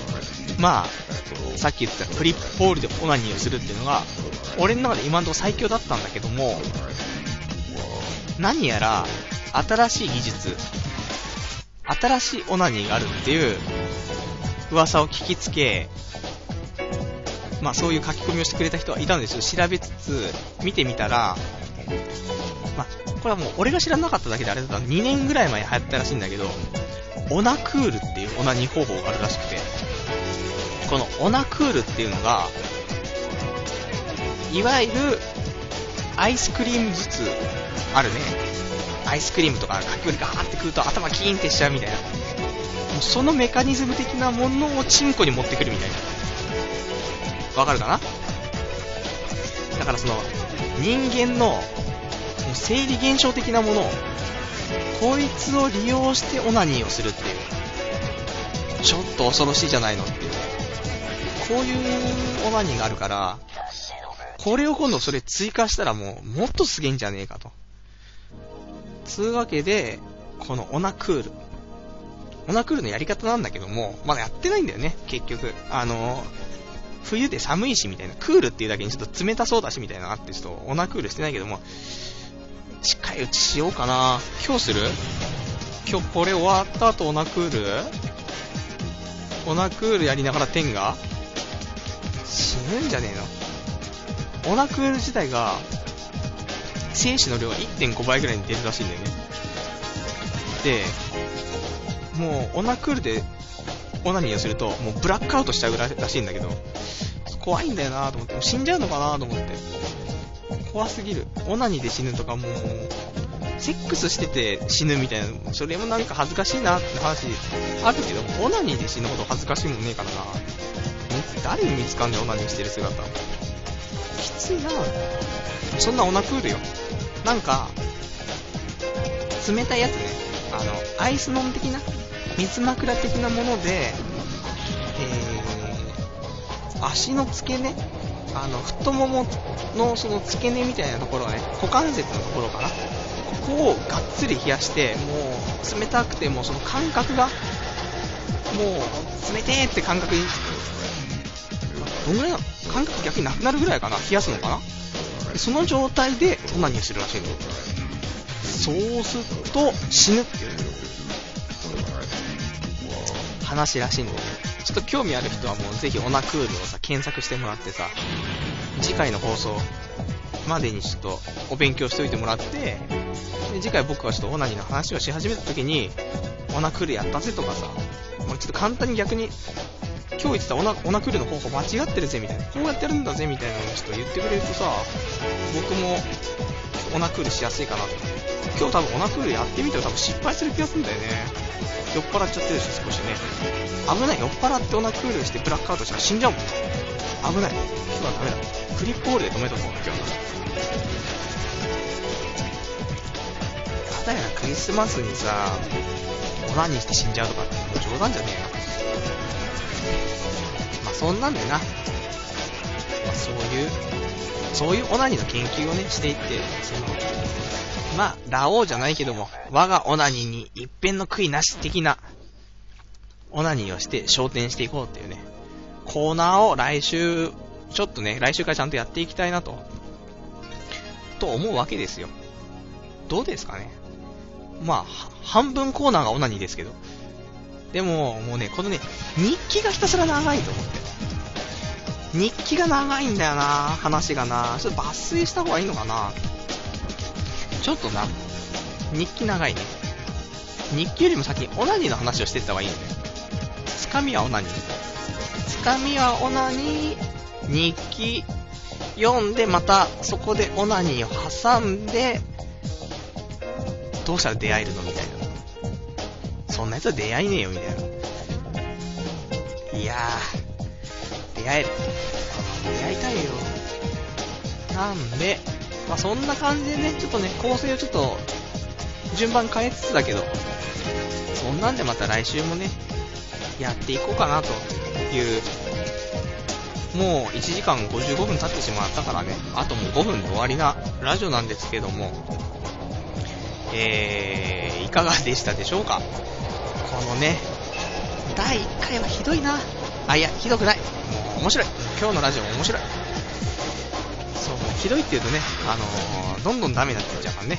さっき言ってたクリップポールでオナニーをするっていうのが俺の中で今のところ最強だったんだけども、何やら新しい技術、新しいオナニーがあるっていう噂を聞きつけ、そういう書き込みをしてくれた人はいたんですよ。調べつつ見てみたら、これはもう俺が知らなかっただけであれだったら2年ぐらい前に流行ったらしいんだけど、オナクールっていうオナニー方法があるらしくて、このオナクールっていうのが、いわゆるアイスクリーム頭痛あるね、アイスクリームとかかき氷ガーって食うと頭キーンってしちゃうみたいな、もうそのメカニズム的なものをチンコに持ってくるみたいな、わかるかな。だからその人間の生理現象的なものを、こいつを利用してオナニーをするっていう、ちょっと恐ろしいじゃないのっていう、こういうオナニーがあるから、これを今度それ追加したらもっとすげえんじゃねえかと。つうわけで、このオナクールのやり方なんだけども、まだやってないんだよね結局。冬で寒いしみたいな、クールっていうだけにちょっと冷たそうだしみたいなのがあって、ちょっとオナクールしてないけども、近いうちしようかな。今日する？今日これ終わった後オナクールやりながら天が死ぬんじゃねえの。オナクール自体が精子の量が 1.5 倍ぐらいに出るらしいんだよね。で、もうオナクールでオナニーをするともうブラックアウトしちゃうらしいんだけど、怖いんだよなと思って、死んじゃうのかなと思って、怖すぎる。オナニーで死ぬとか、もうセックスしてて死ぬみたいな、それもなんか恥ずかしいなって話あるけど、オナニーで死ぬほど恥ずかしいもんねえからな。誰に見つかんねん、オナニーしてる姿。きついな。そんなオナクールよ。なんか冷たいやつね、アイスノン的な、水枕的なもので、足の付け根、太もものその付け根みたいなところがね、股関節のところかな、ここをがっつり冷やして、もう冷たくて、もうその感覚がもう冷てーって感覚に、どんぐらいの感覚逆になくなるぐらいかな、冷やすのかな。その状態でオナニーするらしいの。そうすると死ぬっていう話らしいんで、ちょっと興味ある人はもうぜひオナクールをさ検索してもらってさ、次回の放送までにちょっとお勉強しておいてもらって、で次回僕がちょっとオナニーの話をし始めた時に、オナクールやったぜとかさ、もうちょっと簡単に逆に今日言ってたオナクールの方法間違ってるぜみたいな、こうやってやるんだぜみたいなのをちょっと言ってくれるとさ、僕もオナクールしやすいかなと。今日多分オナクールやってみたら多分失敗する気がするんだよね。酔っ払っちゃってるし少しね、危ない。酔っ払ってオナクールしてブラックアウトしたら死んじゃうもん。危ない。今日はダメだ。クリップホールで止めとこう今日は。ただやな、クリスマスにさオナニーして死んじゃうとかってもう冗談じゃねえよ。まあそんなんでな、まあ、そういうオナニーの研究をねしていって、そのまあラオウじゃないけども、我がオナニーに一片の悔いなし的なオナニーをして昇天していこうっていうねコーナーを来週ちょっとね、来週からちゃんとやっていきたいなと思うわけですよ。どうですかね。まあ半分コーナーがオナニーですけど、でももうね、このね日記がひたすら長いと思って、日記が長いんだよな、話がな。ちょっと抜粋した方がいいのかな。ちょっとな、日記長いね。日記よりも先にオナニーの話をしていった方がいいよね。つかみはオナニー、つかみはオナニー、日記読んでまたそこでオナニーを挟んで、どうしたら出会えるのみたいな。そんなやつは出会えねえよみたいな。いやー、出会える。出会いたいよ。なんで、まあそんな感じでね、ちょっとね、構成をちょっと順番変えつつだけど、そんなんでまた来週もね、やっていこうかなという、もう1時間55分経ってしまったからね、あともう5分で終わりなラジオなんですけども、いかがでしたでしょうか。このね、第1回はひどいな。あ、いや、ひどくない。もう面白い。今日のラジオも面白い。そう、もうひどいって言うとね、どんどんダメになっていっちゃうからね。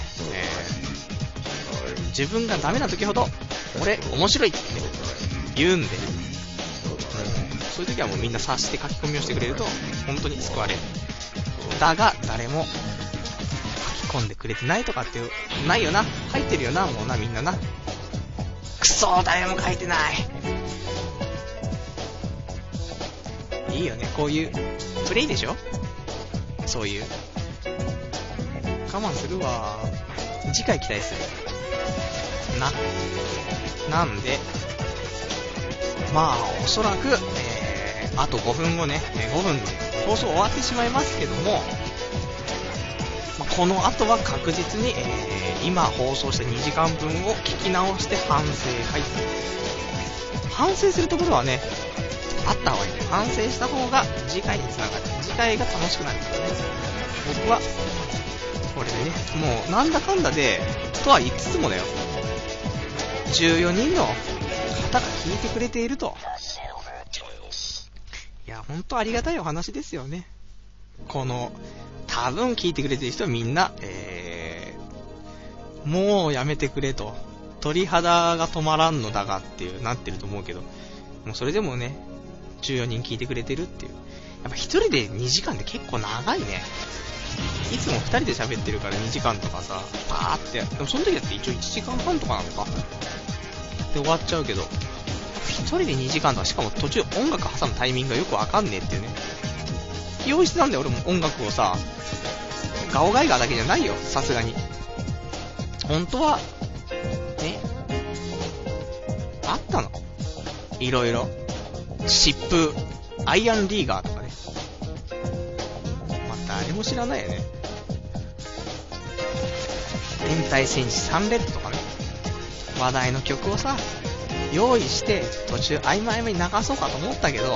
自分がダメな時ほど、俺、面白いって言うんで、そういう時はもうみんな察して書き込みをしてくれると、本当に救われる。だが、誰も、書き込んでくれてないとかっていう、ないよな。書いてるよな、もうな、みんなな。くそー、誰も書いてない。いいよね、こういうプレイでしょ。そういう我慢するわ。次回期待するなんで、まあおそらく、あと5分後ね、5分で放送終わってしまいますけども、まあ、この後は確実に、今放送した2時間分を聞き直して反省会。反省するところはね、あった方がいい。反省した方が次回につながる。次回が楽しくなるからね。僕はこれでね、もうなんだかんだでとは言いつつもだよ、14人の方が聞いてくれていると。いや、ほんとありがたいお話ですよね。この多分聞いてくれてる人はみんな、もうやめてくれと、鳥肌が止まらんのだがっていうなってると思うけど、もうそれでもね、14人聞いてくれてるっていう。やっぱ一人で2時間って結構長いね。 いつも2人で喋ってるから2時間とかさ、パーって、でもその時だって一応1時間半とかなのかで終わっちゃうけど、1人で2時間とか、しかも途中音楽挟むタイミングがよくわかんねえっていうね。用意してたんだよ俺も音楽をさ、ガオガイガーだけじゃないよ、さすがに。本当はね、あったの、いろいろ疾風アイアンリーガーとかね。まあ誰も知らないよね。天体戦士サンレッドとかね、話題の曲をさ用意して途中合間合間に流そうかと思ったけど、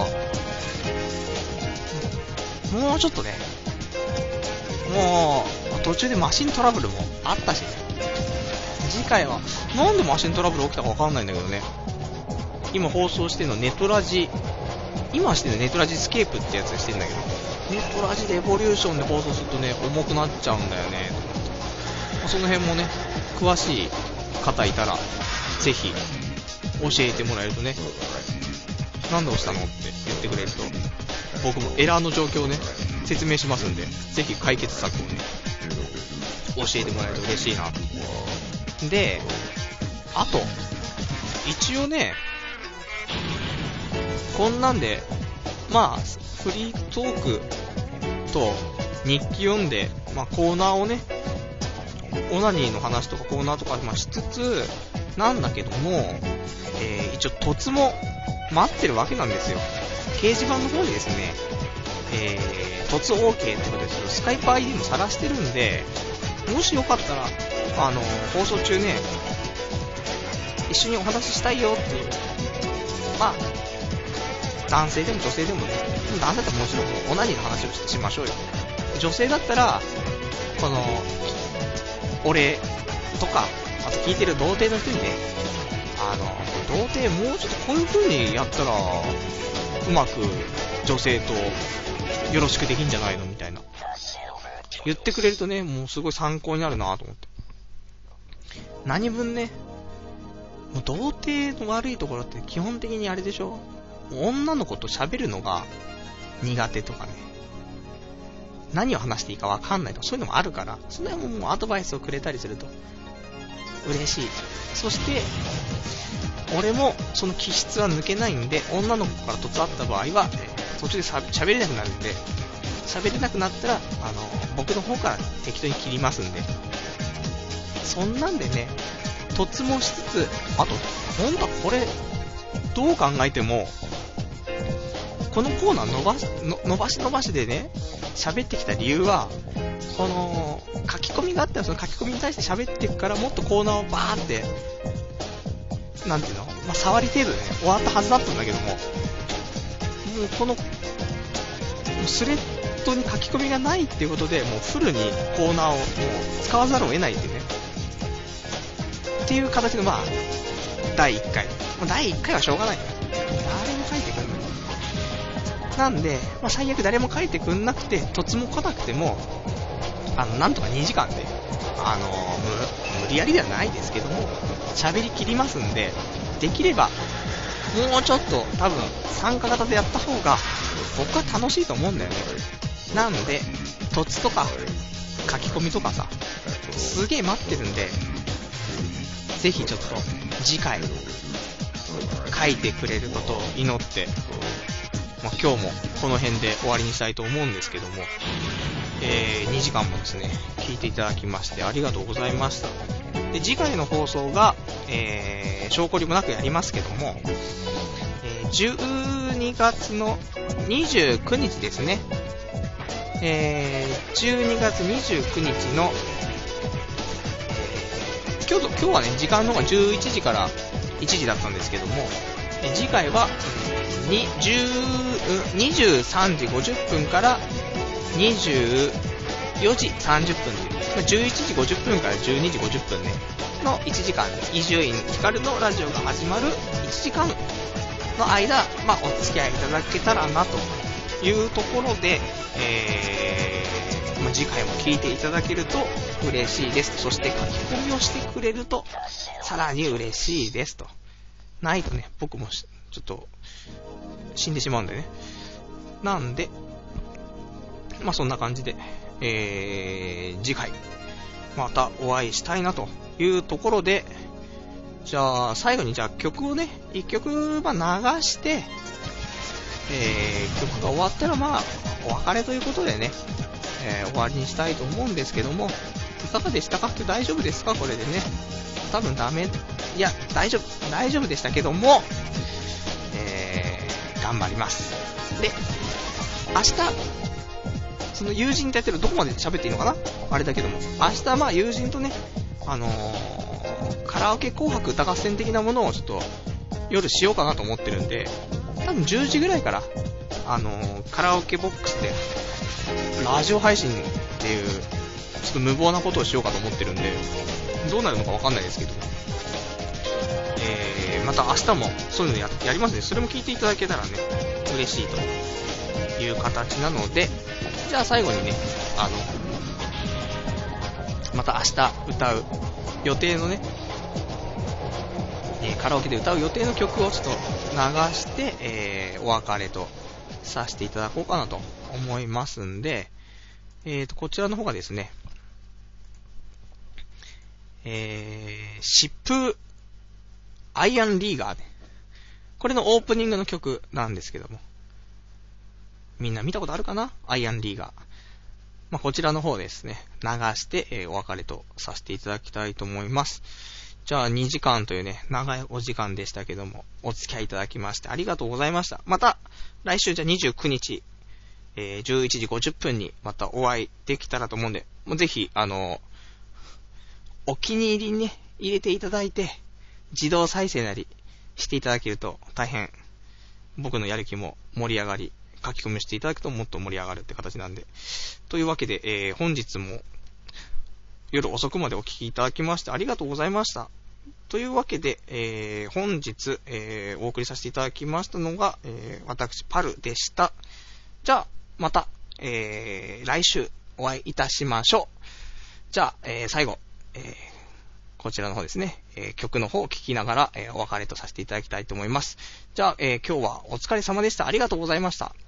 もうちょっとね、もう途中でマシントラブルもあったしね。次回はなんでマシントラブル起きたかわかんないんだけどね。今放送してるのネトラジ、今してるネトラジスケープってやつしてるんだけど、ネトラジでエボリューションで放送するとね重くなっちゃうんだよね。その辺もね詳しい方いたらぜひ教えてもらえるとね、なんで押したのって言ってくれると僕もエラーの状況をね説明しますんで、ぜひ解決策をね教えてもらえると嬉しいな。で、あと一応ねこんなんでまあフリートークと日記読んで、まあ、コーナーをねオナニーの話とかコーナーとか、まあ、しつつなんだけども、一応凸も待ってるわけなんですよ。掲示板の方にですね、凸 OK ってことですけど、スカイプ ID も晒してるんで、もしよかったら放送中ね一緒にお話ししたいよっていう、まあ男性でも女性でもね、男性だったらもちろんオナニーの話をしましょうよ。女性だったらこの俺とかあと聞いてる童貞の人にね、童貞もうちょっとこういう風にやったらうまく女性とよろしくできんじゃないのみたいな言ってくれるとね、もうすごい参考になるなと思って。何分ね、もう童貞の悪いところって基本的にあれでしょ、女の子と喋るのが苦手とかね、何を話していいか分かんないとか、そういうのもあるから、それももうアドバイスをくれたりすると嬉しい。そして俺もその気質は抜けないんで、女の子から突あった場合は、途中で喋れなくなるんで、喋れなくなったら僕の方から適当に切りますんで、そんなんでね突もしつつ、あと本当はこれどう考えてもこのコーナー伸ばしでね喋ってきた理由は、この書き込みがあったらその書き込みに対して喋っていくから、もっとコーナーをバーってなんていうの、まあ、触り程度でね終わったはずだったんだけども、もうこのスレッドに書き込みがないっていうことで、もうフルにコーナーをもう使わざるを得ないっていうねっていう形の、まあ第1回、第1回はしょうがないよ、誰も書いてくんないなんで、まあ、最悪誰も書いてくんなくて突も来なくてもなんとか2時間で無理やりではないですけども喋り切りますんで、できればもうちょっと多分参加型でやった方が僕は楽しいと思うんだよね。なんで突とか書き込みとかさすげえ待ってるんで、ぜひちょっと次回書いてくれることを祈って、まあ、今日もこの辺で終わりにしたいと思うんですけども、2時間もですね聞いていただきましてありがとうございました。で次回の放送が、証拠りもなくやりますけども、12月の29日ですね、12月29日の、今日はね時間の方が11時から1時だったんですけども、次回は23時50分から24時30分という、11時50分から12時50分ねの1時間、伊集院光のラジオが始まる1時間の間、まあ、お付き合いいただけたらなというところで、まあ、次回も聞いていただけると嬉しいです。そして書き込みをしてくれるとさらに嬉しいですと。ないとね僕もちょっと死んでしまうんでね。なんでまあそんな感じで次回、またお会いしたいなというところで、じゃあ、最後にじゃあ曲をね、一曲流して、曲が終わったらお別れということでね、終わりにしたいと思うんですけども、いかがでしたか？大丈夫ですか？これでね。多分ダメ、いや、大丈夫でしたけども、頑張ります。で、明日、その友人とやってるどこまで喋っていいのかな？あれだけども、明日友人とね、カラオケ紅白歌合戦的なものをちょっと夜しようかなと思ってるんで、多分10時ぐらいから、カラオケボックスでラジオ配信っていうちょっと無謀なことをしようかと思ってるんで、どうなるのかわかんないですけど、また明日もそういうの やりますね。それも聞いていただけたらね、嬉しいという形なので、じゃあ最後にね、また明日歌う予定のね、カラオケで歌う予定の曲をちょっと流して、お別れとさせていただこうかなと思いますんで、こちらの方がですね、疾風アイアンリーガーね。これのオープニングの曲なんですけども、みんな見たことあるかな？アイアンリーガー。こちらの方ですね、流して、お別れとさせていただきたいと思います。じゃあ2時間というね、長いお時間でしたけども、お付き合いいただきましてありがとうございました。また、来週じゃあ29日、11時50分にまたお会いできたらと思うんで、もうぜひ、お気に入りにね、入れていただいて、自動再生なりしていただけると大変僕のやる気も盛り上がり、書き込みしていただくともっと盛り上がるって形なんで、というわけで、本日も夜遅くまでお聞きいただきましてありがとうございました。というわけで、本日、お送りさせていただきましたのが、私パルでした。じゃあまた、来週お会いいたしましょう。じゃあ、最後、こちらの方ですね、曲の方を聴きながら、お別れとさせていただきたいと思います。じゃあ、今日はお疲れ様でした。ありがとうございました。